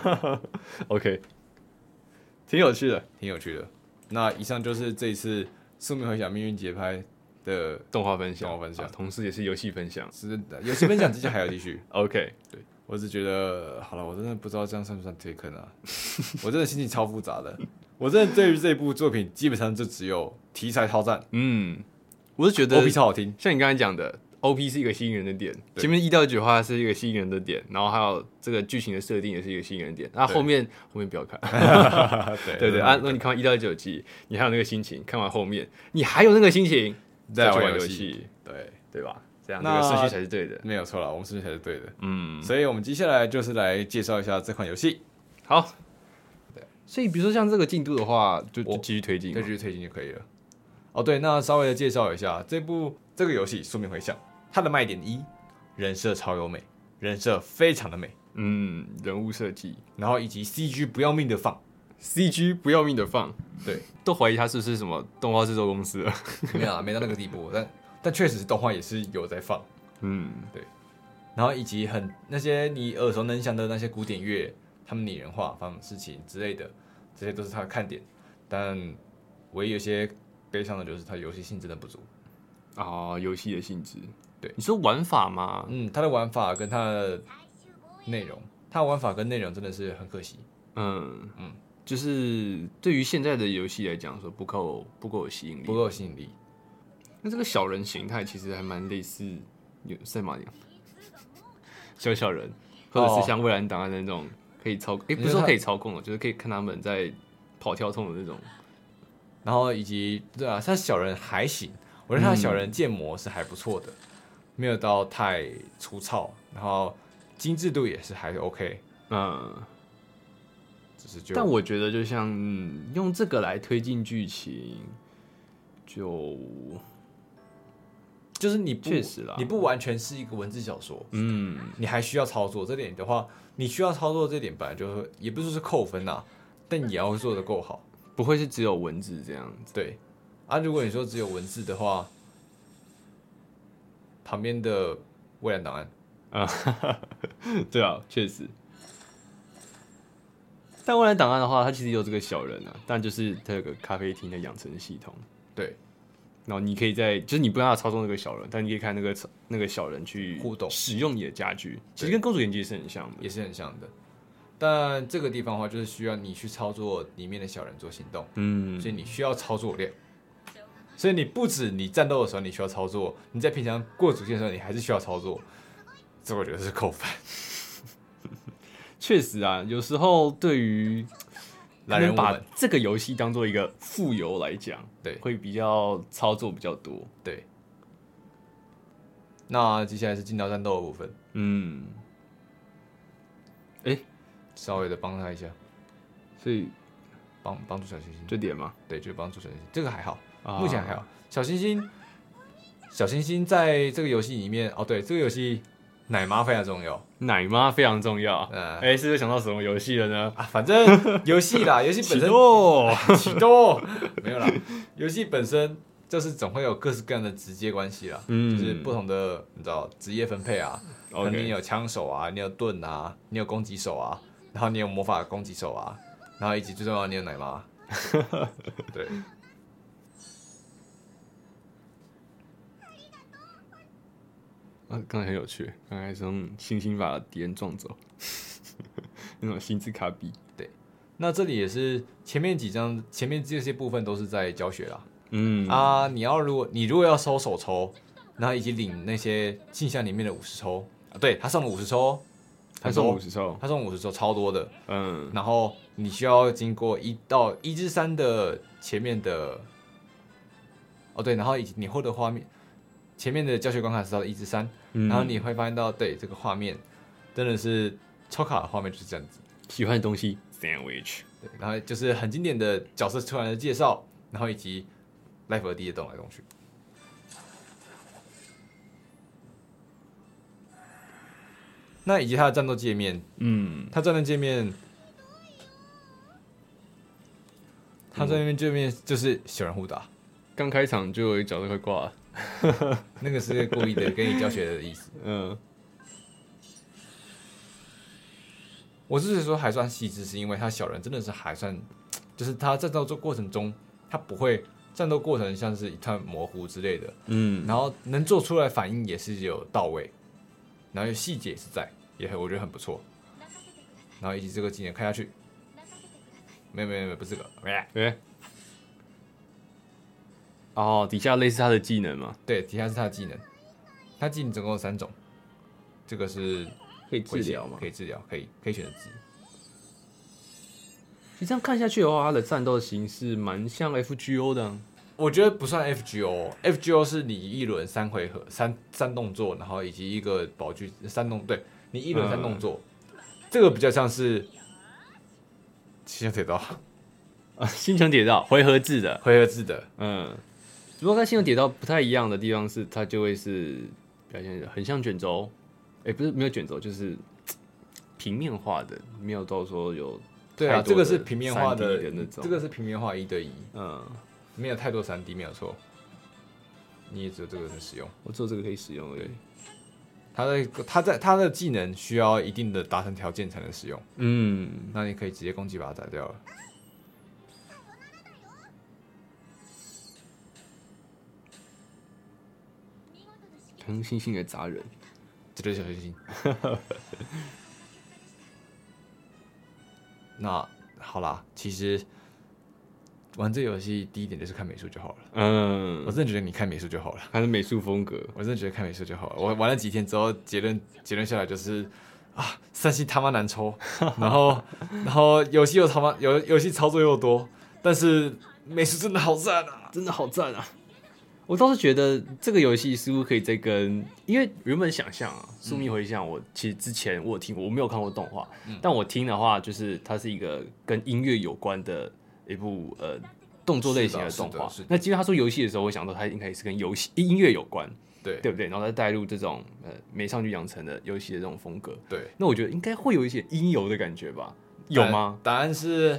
B: OK， 挺有趣的。
A: 那以上就是这一次宿命回响命运节拍的
B: 动画分享，同时也是游戏分享。
A: 是的，游戏分享之前还要继续。
B: OK，
A: 对，我只觉得好了，我真的不知道这样算不算推坑啊？我真的心情超复杂的。我真的对于这部作品基本上就只有题材超赞，
B: 我是觉得
A: OP 超好听，
B: 像你刚才讲的 ，OP 是一个吸引人的点，前面1到9话是一个吸引人的点，然后还有这个剧情的设定也是一个吸引人的点。那后面不要看，对啊，那你看完1到9集，你还有那个心情，看完后面你还有那个心情再去玩游戏，对吧？这样这个顺序才是对的，
A: 没有错了，我们顺序才是对的。所以我们接下来就是来介绍一下这款游戏。
B: 好，所以比如说像这个进度的话，就继续推进，
A: 继续推进就可以了。对，那稍微的介绍一下这个游戏《宿命回响》，它的卖点人设超优美，人设非常的美，
B: 人物设计，
A: 然后以及 CG 不要命的放，对，
B: 都怀疑它是不是什么动画制作公司了，
A: 没到那个地步，但确实动画也是有在放，对，然后以及那些你耳熟能详的那些古典乐，他们拟人化发生事情之类的，这些都是它的看点，但唯一有些悲伤的就是它游戏性真的不足
B: 游戏的性质。
A: 对，
B: 你说玩法吗？
A: 它的玩法跟它的内容，真的是很可惜。
B: 就是对于现在的游戏来讲，说不够有吸引力，那这个小人形态其实还蛮类似赛马娘小人，或者是像蔚蓝档案的那种可以操，不是说可以操控的，就是可以看他们在跑跳痛的那种。
A: 然后以及他小人还行，我觉得他小人建模是还不错的，没有到太粗糙，然后精致度也是还 OK，
B: 但我觉得就像用这个来推进剧情，就是你确实啦，
A: 你不完全是一个文字小说，你还需要操作这点的话，你需要操作这点本来就也不是说是扣分但也要做得够好。
B: 不会是只有文字这样子。
A: 对如果你说只有文字的话， 旁边的蔚蓝档案
B: 啊，对啊，确实。但蔚蓝档案的话，它其实有这个小人啊，但就是它有个咖啡厅的养成系统。
A: 对，
B: 然后你可以就是你不让他操纵那个小人，但你可以看那个小人去
A: 互动
B: 使用你的家具，其实跟公主连接是很像的，
A: 也是很像的。但这个地方的话，就是需要你去操作里面的小人做行动，所以你需要操作量。所以你不止你战斗的时候你需要操作，你在平常过主线的时候你还是需要操作，这我觉得是扣分。
B: 确实啊，有时候对于
A: 懒人
B: 把这个游戏当做一个副游来讲，
A: 对，
B: 会比较操作比较多。
A: 对。那接下来是进到战斗的部分。稍微的帮他一下，
B: 所以
A: 帮助小星星
B: 这点吗？
A: 对，就帮助小星星，这个还好，目前还好。小星星在这个游戏里面，对，这个游戏奶妈非常重要，
B: 奶妈非常重要。是不是想到什么游戏了呢？
A: 反正游戏啦，游戏本身启动没有啦，游戏本身就是总会有各式各样的直接关系啦，就是不同的你知道职业分配啊，可能你有枪手啊，你有盾啊，你有攻击手啊，然后你有魔法攻击手啊，然后以及最重要的你有奶妈，对。
B: 刚才很有趣，刚才是用星星把敌人撞走，那种星之卡比。
A: 对，那这里也是前面几章，前面这些部分都是在教学啦。你如果要收手抽，然后以及领那些信箱里面的50抽，对他送了50抽，
B: 他送50抽，
A: 他送50抽，超多的。然后你需要经过1到1/3的前面的，对，然后以及你获得画面。前面的教学关卡是到1/3，然后你会发现到，对这个画面真的是抽卡的画面就是这样子。
B: 喜欢的东西 sandwich，
A: 对，然后就是很经典的角色突然的介绍，然后以及 life 和 D 的动来动去。那以及它的战斗界面，它战斗界面，就是小人互打，
B: 刚开场就有一角色快挂了。
A: 那个是故意的，跟你教学的意思。我是说还算细致，是因为他小人真的是还算，就是他战斗过程中，他不会战斗过程像是一团模糊之类的。然后能做出来反应也是有到位，然后细节也是在，我觉得很不错。然后以及这个技能看下去，没有，不是这个，
B: 底下类似他的技能嘛？
A: 对，底下是他的技能。他技能总共有3种，这个是
B: 可以治疗吗？
A: 可以治疗，可以选择治。
B: 其实这样看下去的话，他的战斗形式蛮像 FGO 的。
A: 我觉得不算 FGO，FGO 是你1轮3回合3动作，然后以及一个宝具对，你1轮3动作，这个比较像是星穹铁道。
B: 星穹铁道回合制的，只不过跟星穹铁道不太一样的地方是，它就会是表现很像卷轴，不是没有卷轴，就是平面化的，没有到说有。
A: 对啊，这个是平面化的
B: 那种，
A: 这个是平面化1对1，没有太多3D，没有错。你也只有这个能使用，
B: 我只有这个可以使用而已。
A: 他的技能需要一定的达成条件才能使用，那你可以直接攻击把它宰掉了。
B: 看星星的杂人，
A: 这就是小星星。那好啦，其实玩这游戏第一点就是看美术就好了。我真的觉得你看美术就好了，
B: 看美术风格，
A: 我真的觉得看美术就好了。我玩了几天之后，结论下来就是3星他妈难抽，然后游戏游戏操作又多，但是美术真的好赞啊，
B: 真的好赞啊！我倒是觉得这个游戏似乎可以再跟，因为原本想象啊，宿命回响，我其实之前我有听过，我没有看过动画，但我听的话，就是它是一个跟音乐有关的一部动作类型的动画。那基本他说游戏的时候，我想到它应该是跟音乐有关，对不对？然后再带入这种美少女养成的游戏的这种风格。
A: 对，
B: 那我觉得应该会有一些音游的感觉吧？有吗？
A: 答案是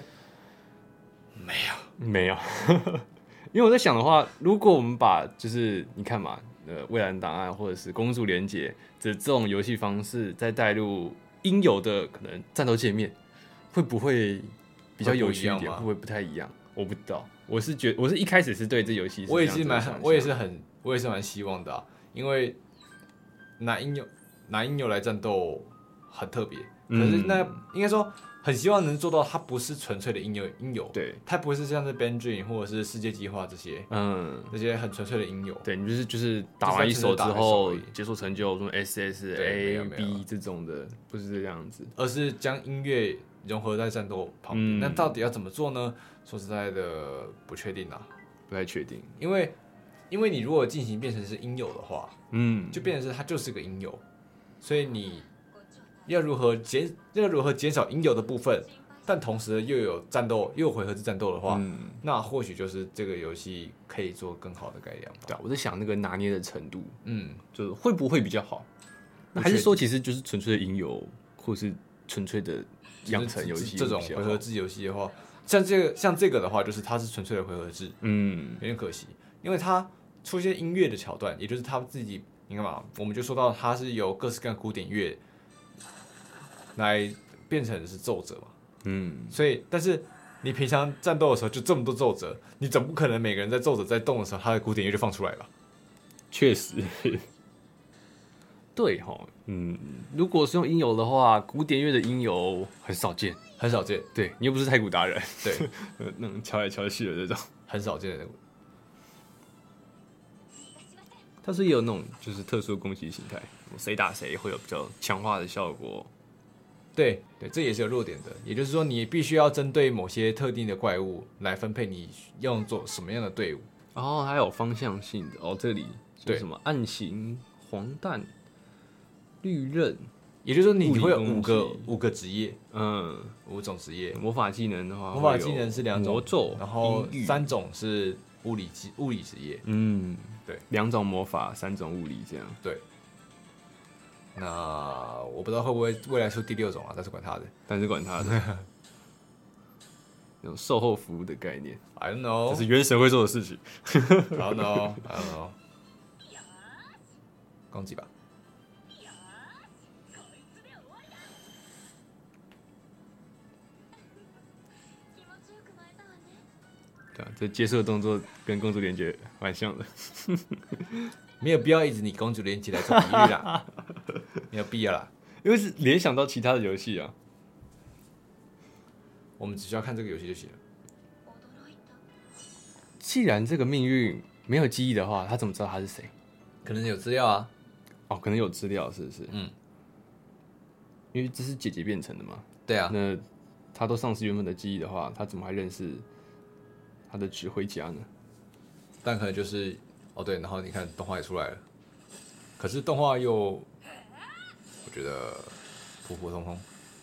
B: 没有。因为我在想的话，如果我们把就是你看嘛， 蔚蓝档案或者是公主连结这种游戏方式，再带入应有的可能战斗界面，会不会比较有趣一点？会不会不太一样？我不知道。我是一开始是对这游戏，
A: 我也是蛮希望的啊，因为拿应有来战斗很特别，可是那应该说很希望能做到，它不是纯粹的应有，
B: 对，
A: 它不是像是 Bandream 或者是世界计划这些很纯粹的应有，
B: 对，你就是打完一手之后解锁成就，什么 SSA、B 这种的，不是这样子，
A: 而是将音乐融合在战斗旁边。那到底要怎么做呢？说实在的，不确定啊，
B: 不太确定。
A: 因为你如果进行变成是应有的话，就变成是它就是个应有，所以你要如何减少应有的部分，但同时又有回合制战斗的话，那或许就是这个游戏可以做更好的改良吧。
B: 对啊，我在想那个拿捏的程度，就是会不会比较好？还是说其实就是纯粹的应有，或是纯粹的养成游戏？
A: 这种回合制游戏的话，像这个的话，就是它是纯粹的回合制，有点可惜，因为它出现音乐的桥段，也就是它自己，你看嘛，我们就说到它是由各式各样古典乐来变成是奏折嘛，所以但是你平常战斗的时候就这么多奏折，你总不可能每个人在奏折在动的时候，他的古典乐就放出来吧？
B: 确实，对哈，如果是用音游的话，古典乐的音游很少见，
A: 很少见。
B: 对你又不是太鼓达人，
A: 对，
B: 那种敲来敲去的这种，
A: 很少见的。
B: 它是也有那种就是特殊的攻击形态，谁打谁会有比较强化的效果。
A: 对，这也是有弱点的。也就是说，你必须要针对某些特定的怪物来分配你要做什么样的队伍。
B: 哦，还有方向性的哦，这里对什么暗行、黄弹、绿刃，
A: 也就是说你会有五个职业，5种职业。
B: 魔法技能的话，
A: 魔法技能是2种，
B: 魔咒，
A: 然后3种是物理职业。对
B: ，2种魔法，3种物理，这样。
A: 对。那我不知道会不会未来出第6种啊，但是管他的。
B: 那种售后服务的概念
A: ，I don't know，
B: 这是原神会做的事情。
A: I don't know， 攻击吧。
B: 对啊，这接受的动作跟公主连结蛮像的。
A: 没有必要一直你公主连起来做比喻啦，没有必要啦，
B: 因为是联想到其他的游戏啊。
A: 我们只需要看这个游戏就行了。
B: 既然这个命运没有记忆的话，他怎么知道他是谁？
A: 可能有资料啊。
B: 哦，可能有资料，是不是？因为这是姐姐变成的嘛。
A: 对啊。
B: 那他都丧失原本的记忆的话，他怎么还认识他的指挥家呢？
A: 但可能就是对，然后你看动画也出来了，可是动画又我觉得普普通通，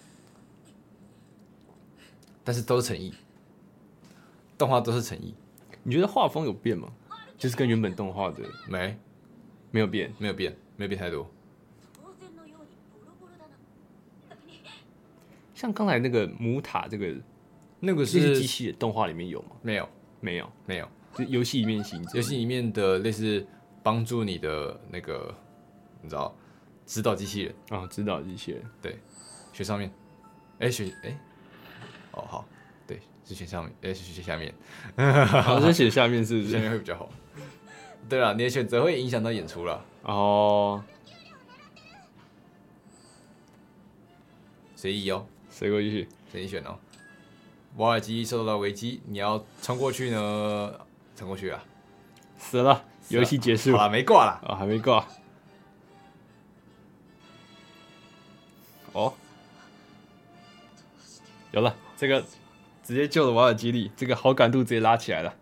A: 但是都是诚意，动画都是诚意。
B: 你觉得画风有变吗？就是跟原本动画的没有变
A: 太多。
B: 像刚才那个母塔
A: 那个是
B: 机器人，动画里面有吗？没有，就游戏里面行者，
A: 游戏里面的类似帮助你的那个，你知道，指导机器人
B: 啊，指导机器人，
A: 对，选上面，好，对，是选上面，是选下面，
B: 好，先选下面是不是？
A: 下面会比较好。对了，你的选择会影响到演出了。
B: 哦，
A: 随意哦，
B: 谁过去？
A: 随意选哦。瓦尔基受到了危机，你要冲过去呢？冲过去了，
B: 死了，游戏结束。
A: 好了，没挂了
B: 啊，还没挂。哦，有了，这个直接救了瓦尔基利，这个好感度直接拉起来了。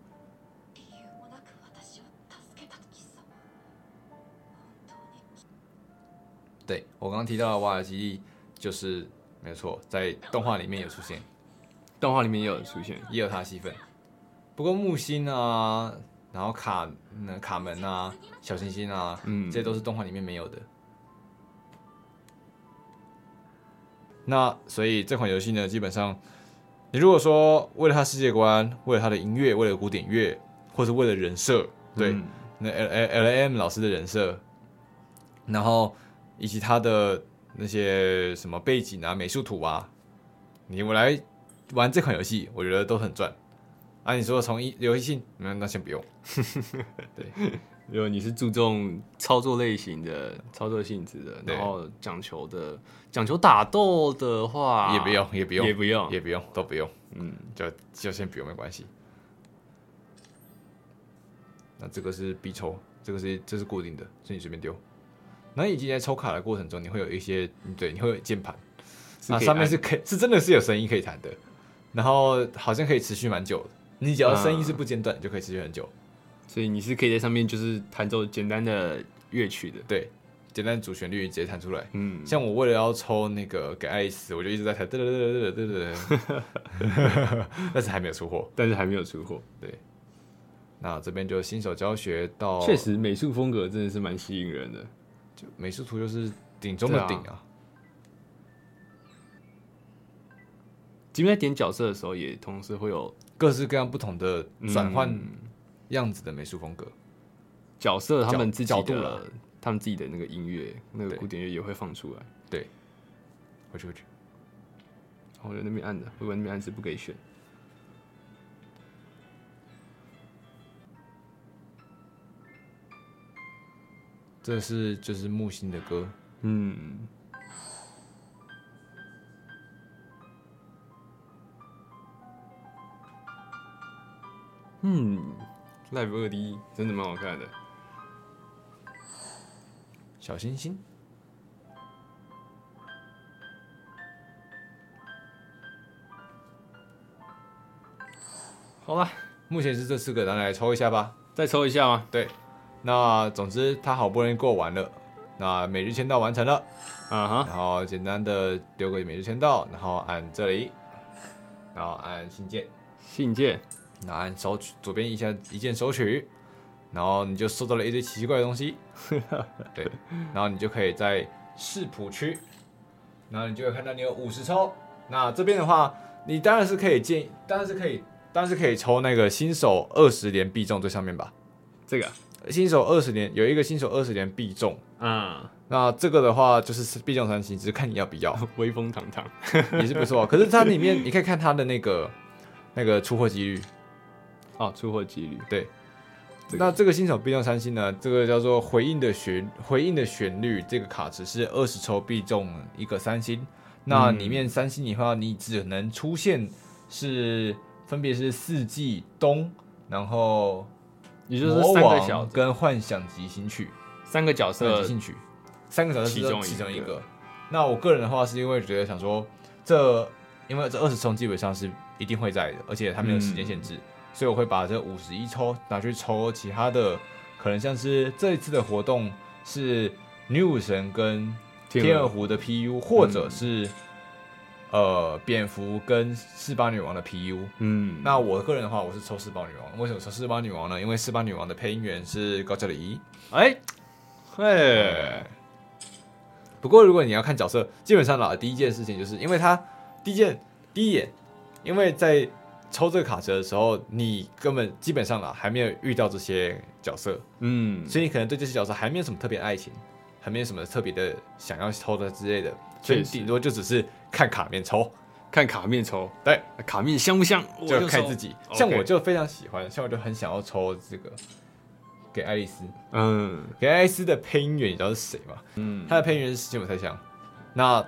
A: 对，我刚刚提到的瓦尔基利就是没有错，在动画里面有出现，
B: 动画里面也有出现，
A: 也有他的戏份。不过木星啊，然后卡门啊，小行星啊，这些都是动画里面没有的。那所以这款游戏呢，基本上你如果说为了它世界观，为了它的音乐，为了古典乐，或者为了人设，对， 那 LM 老师的人设，然后以及他的那些什么背景啊、美术图啊，我来玩这款游戏，我觉得都很赚。啊，你说从游戏性，那先不用。对，
B: 如果你是注重操作类型的、操作性质的，然后讲求打斗的话，
A: 也不用，都不用。就先不用，没关系。那这个是必抽，这是固定的，所以你随便丢。那以及在抽卡的过程中，你会有一些，你会有键盘，那上面是真的是有声音可以弹的，然后好像可以持续蛮久的。你只要声音是不间断，就可以持续很久。
B: 所以你是可以在上面就是弹奏简单的乐曲的，
A: 对，简单的主旋律直接弹出来。像我为了要抽那个给爱丽丝，我就一直在弹，但是还没有出货。对，那这边就新手教学到，
B: 确实美术风格真的是蛮吸引人的，
A: 就美术图就是顶中的顶啊。
B: 即便在点角色的时候，也同时会有
A: 各式各样不同的转换样子的美术风格。
B: 角色他们自己的那个音乐，那个古典乐也会放出来。
A: 对，回去。
B: 我在那边按的，会不会那边按是不可以选？
A: 这是就是木星的歌。
B: Live 2D 真的蛮好看的。
A: 小星星，
B: 好吧，
A: 目前是这4个，咱来抽一下吧。
B: 再抽一下吗？
A: 对，那总之他好不容易过完了，那每日签到完成了，然后简单的丢个每日签到，然后按这里，然后按信件，然后按收取，左边一键收取，然后你就收到了一堆奇怪的东西，对，然后你就可以在视谱区，然后你就会看到你有50抽。那这边的话，你当然是可以抽那个新手20连必中最上面吧。
B: 这个
A: 新手20连有一个新手20连必中，那这个的话就是必中3星，只是看你要不要。
B: 威风堂堂
A: 也是不错，可是它里面你可以看它的那个出货几率。
B: 出货几率，
A: 对。那这个新手必中3星呢，这个叫做回应的旋律，这个卡池是20抽必中一个3星。那里面3星的话，你只能出现分别是4季冬，然后
B: 也就是3个小
A: 跟幻想即兴曲
B: ，3个角色
A: 即兴曲，3个角色其中一个。那我个人的话是因为觉得想说，因为这20抽基本上是一定会在的，而且它没有时间限制。所以我会把这51抽拿去抽其他的，可能像是这一次的活动是女武神跟天鹅湖的 PU， 或者是蝙蝠跟四八女王的 PU。那我个人的话，我是抽四八女王。为什么抽四八女王呢？因为四八女王的配音员是高桥的一。不过如果你要看角色，基本上啦，第一件事情就是因为他第一眼，因为在抽这个卡池的时候，你根本基本上啦还没有遇到这些角色，所以你可能对这些角色还没有什么特别的爱情，还没有什么特别的想要抽的之类的，所以顶多就只是看卡面抽，对，
B: 卡面香不香
A: 就看自己。像我就非常喜欢，像我就很想要抽这个给爱丽丝，给爱丽丝的配音员你知道是谁吗？他的配音员是石井武太香。那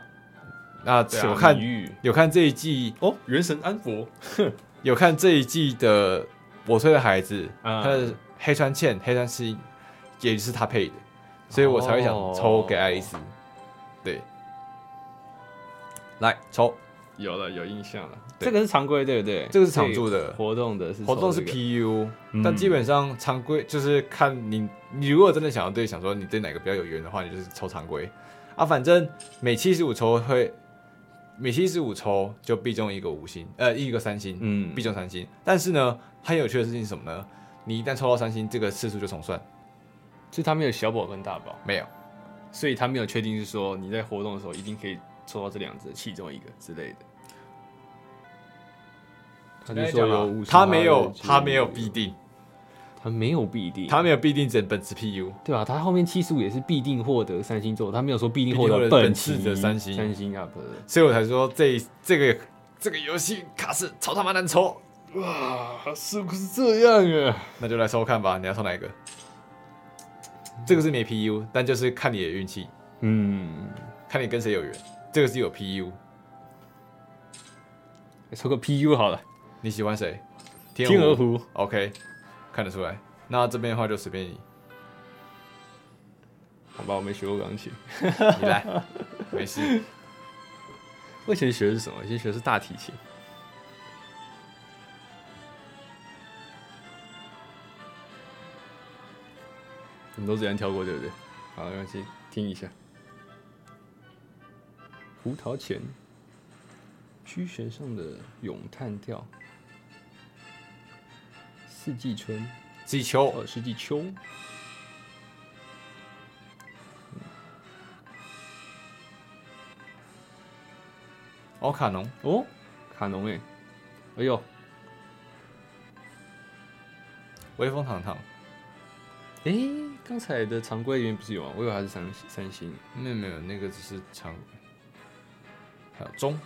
A: 有看这一季
B: 原神安佛。
A: 有看这一季的《我推的孩子》，他的黑川茜、黑川希也是他配的，所以我才会想抽给爱丽丝。对，来抽，
B: 有印象了。这个是常规对不对？
A: 这个是常驻的，
B: 活动
A: 是 PU，但基本上常规就是看你如果真的想说你对哪个比较有缘的话，你就是抽常规啊，反正每75抽就必中一个5星，一个3星，必中3星。但是呢，它有趣的事情是什么呢？你一旦抽到3星，这个次数就重算，
B: 所以它没有小宝跟大宝，
A: 没有，
B: 所以它没有确定是说你在活动的时候一定可以抽到这2只的其中一个之类的。
A: 他没有必定，
C: 它没有必定，
A: 它没有必定整本次 PU，
C: 对吧？它后面75也是必定获得3星座，它没有说必定获得
A: 本
C: 期
A: 次的3星
C: 3星啊，
A: 所以我才说这个游戏卡是超他妈难抽。
C: 哇，是不是这样啊？
A: 那就来抽看吧，你要抽哪一个？这个是没 PU， 但就是看你的运气，看你跟谁有缘。这个是有 PU，
C: 抽个 PU 好了。
A: 你喜欢谁？
C: 天鹅湖
A: ，OK， 看得出来。那这边的话就随便你，
C: 好吧，我没学过钢琴，
A: 你来，没事。
C: 我以前学的是什么？以前学的是大提琴。你们都这样跳过对不对？好，没关系，听一下。胡桃钳，曲弦上的咏叹调，四季春，
A: 季秋，
C: 四季秋。
A: 哦，卡农，
C: 哦，卡农哎，哎呦，
A: 微风堂堂，
C: 哎，刚才的常规里面不是有吗？我以为它是三星。
A: 没有，那个只是常，还有中，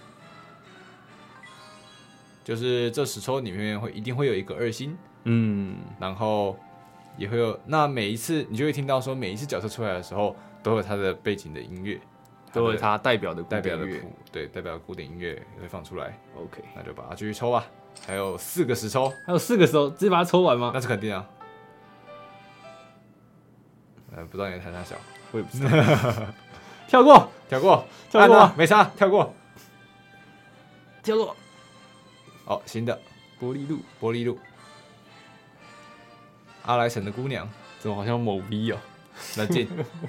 A: 就是这10抽里面一定会有一个2星，然后也会有，那每一次你就会听到说，每一次角色出来的时候，都有它的背景的音乐。
C: 都有它代表的
A: 代表的古典音乐也会放出来。
C: OK，
A: 那就把它继续抽吧。还有4个10抽，
C: 还有4个时候，直接把它抽完吗？
A: 那是肯定啊。不知道你的弹啥小，
C: 我也不知道。跳过，
A: 跳过，
C: 跳过，
A: 没啥，跳过，
C: 跳过。
A: 哦，新的
C: 玻璃路，
A: 阿莱城的姑娘，
C: 怎么好像某 V 哦？
A: 冷静。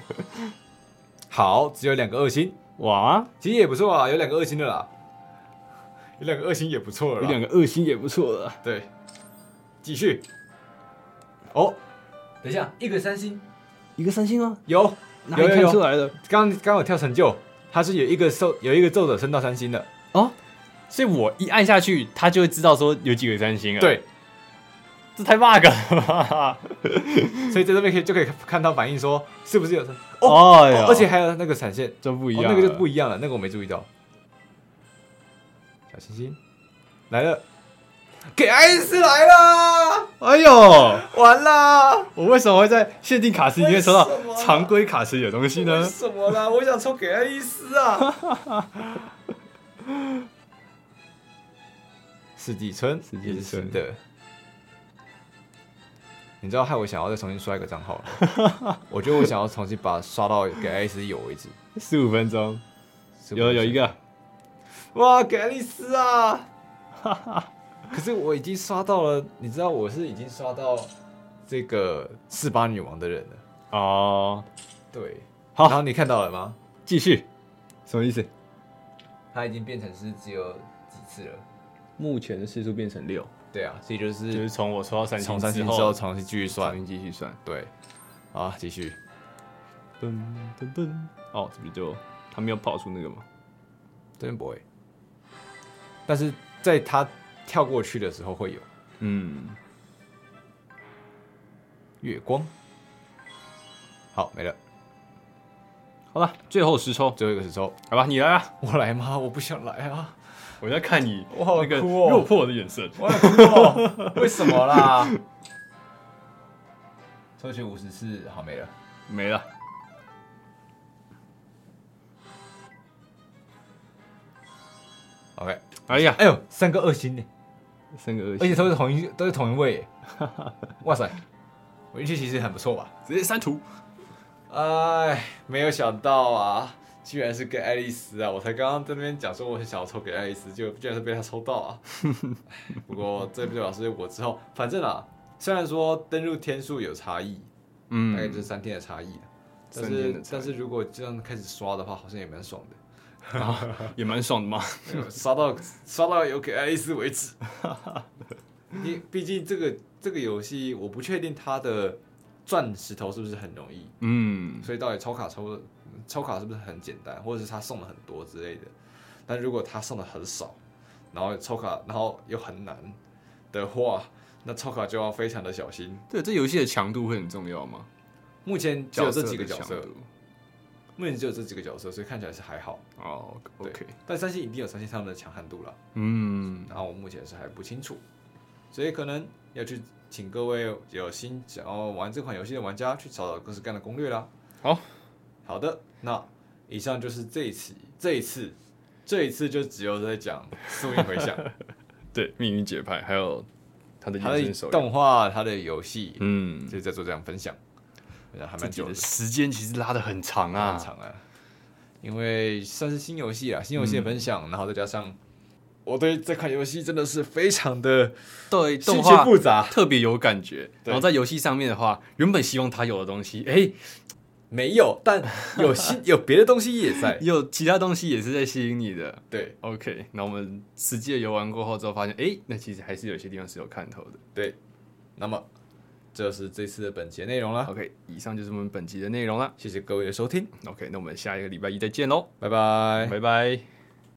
A: 好，只有2个2星，
C: 哇，
A: 其实也不错啊，有2个2星的啦，有2个2星也不错了，
C: 有2个2星也不错了。
A: 对，继续。哦，等一下，一个3星，
C: 一个3星吗？
A: 有，
C: 哪里看出来的？
A: 刚有跳成就，它是有一个奏者升到3星的
C: 哦，所以我一按下去，他就会知道说有几个3星啊。
A: 对。
C: 这太 bug 了吧！
A: 所以在这边就可以看到反应说是不是有而且还有那个闪现
C: 就不一样，
A: 那个就不一样了，那个我没注意到。小星星来了，给爱丽丝来了！
C: 哎呦，
A: 完了！
C: 我为什么会在限定卡池里面抽到常规卡池里的东西呢？
A: 为什么啦？我想抽给爱丽丝啊！四季春也是新的。你知道害我想要再重新刷一个账号了，我觉得我想要重新把它刷到给爱丽丝有为止。
C: 15分钟，有一个，
A: 哇，给爱丽丝啊！可是我已经刷到了，你知道我是已经刷到这个48女王的人了。
C: 哦，
A: 对，
C: 好，
A: 然后你看到了吗？
C: 继续，什么意思？
A: 它已经变成是只有几次了？
C: 目前的次数变成6。
A: 对啊，所以就是
C: 从我抽到3星，
A: 从3星之后重新继续算，对，好，继续。
C: 噔噔噔，哦，这边就他没有跑出那个吗？
A: 这边不会，但是在他跳过去的时候会有。月光，好，没了。
C: 好了，最后10抽，
A: 最后一个10抽，
C: 好吧，你来啊！
A: 我来吗？我不想来啊！
C: 我在看你
A: 那
C: 个落魄的眼神。
A: 我好哭哦！为什么啦？抽取54，好没了，
C: 没了。
A: OK，
C: 哎呀，
A: 哎呦，3个2星呢
C: ，3个2星，
A: 而且都是同一位耶！哇塞，我运气其实很不错吧？
C: 直接删除。
A: 哎，没有想到啊！居然是给爱丽丝啊！我才刚刚在那边讲说我很想要抽给爱丽丝，结果居然是被她抽到啊！不过这不就表示我之后，反正啊，虽然说登录天数有差异，大概就是3天的差异，但是如果这样开始刷的话，好像也蛮爽的，
C: 也蛮爽的嘛，
A: 刷到有给爱丽丝为止。毕竟这个游戏，我不确定它的赚石头是不是很容易，所以到底抽卡是不是很简单，或者是他送了很多之类的。但如果他送的很少，然后抽卡然后又很难的话， 那抽卡就要非常的小心。
B: 对，这游戏的强度会很重要吗？
A: 目前只有这几个角色
B: 角色的强度，
A: 目前只有这几个角色，所以看起来是还好。
B: 哦，OK，
A: 但三星一定有三星他们的强悍度啦。然后我目前是还不清楚，所以可能要去请各位有心想要玩这款游戏的玩家去找找各式各样的攻略啦。好的，那以上就是这一次就只有在讲宿命回响，
B: 对，命运节拍还有它的
A: 它的
B: 衍生手游，
A: 动画、它的游戏，
B: 嗯，
A: 就在做这样分享，还蛮久的，
B: 时间其实拉得很长啊，
A: 很长啊。因为算是新游戏啦，新游戏的分享，然后再加上我对这款游戏真的是非常的
B: 对
A: 心
B: 动画
A: 情复杂，
B: 特别有感觉。然后在游戏上面的话，原本希望它有的东西，
A: 没有，但有别的东西也在，
B: 有其他东西也是在吸引你的。
A: 对
B: OK， 那我们实际的游玩过后之后，发现，那其实还是有些地方是有看头的。
A: 对。那么，这是这次的本节内容啦。
B: OK， 以上就是我们本集的内容啦。
A: 谢谢各位的收听。
B: OK， 那我们下一个礼拜一再见喽，
A: 拜拜。
B: 拜拜。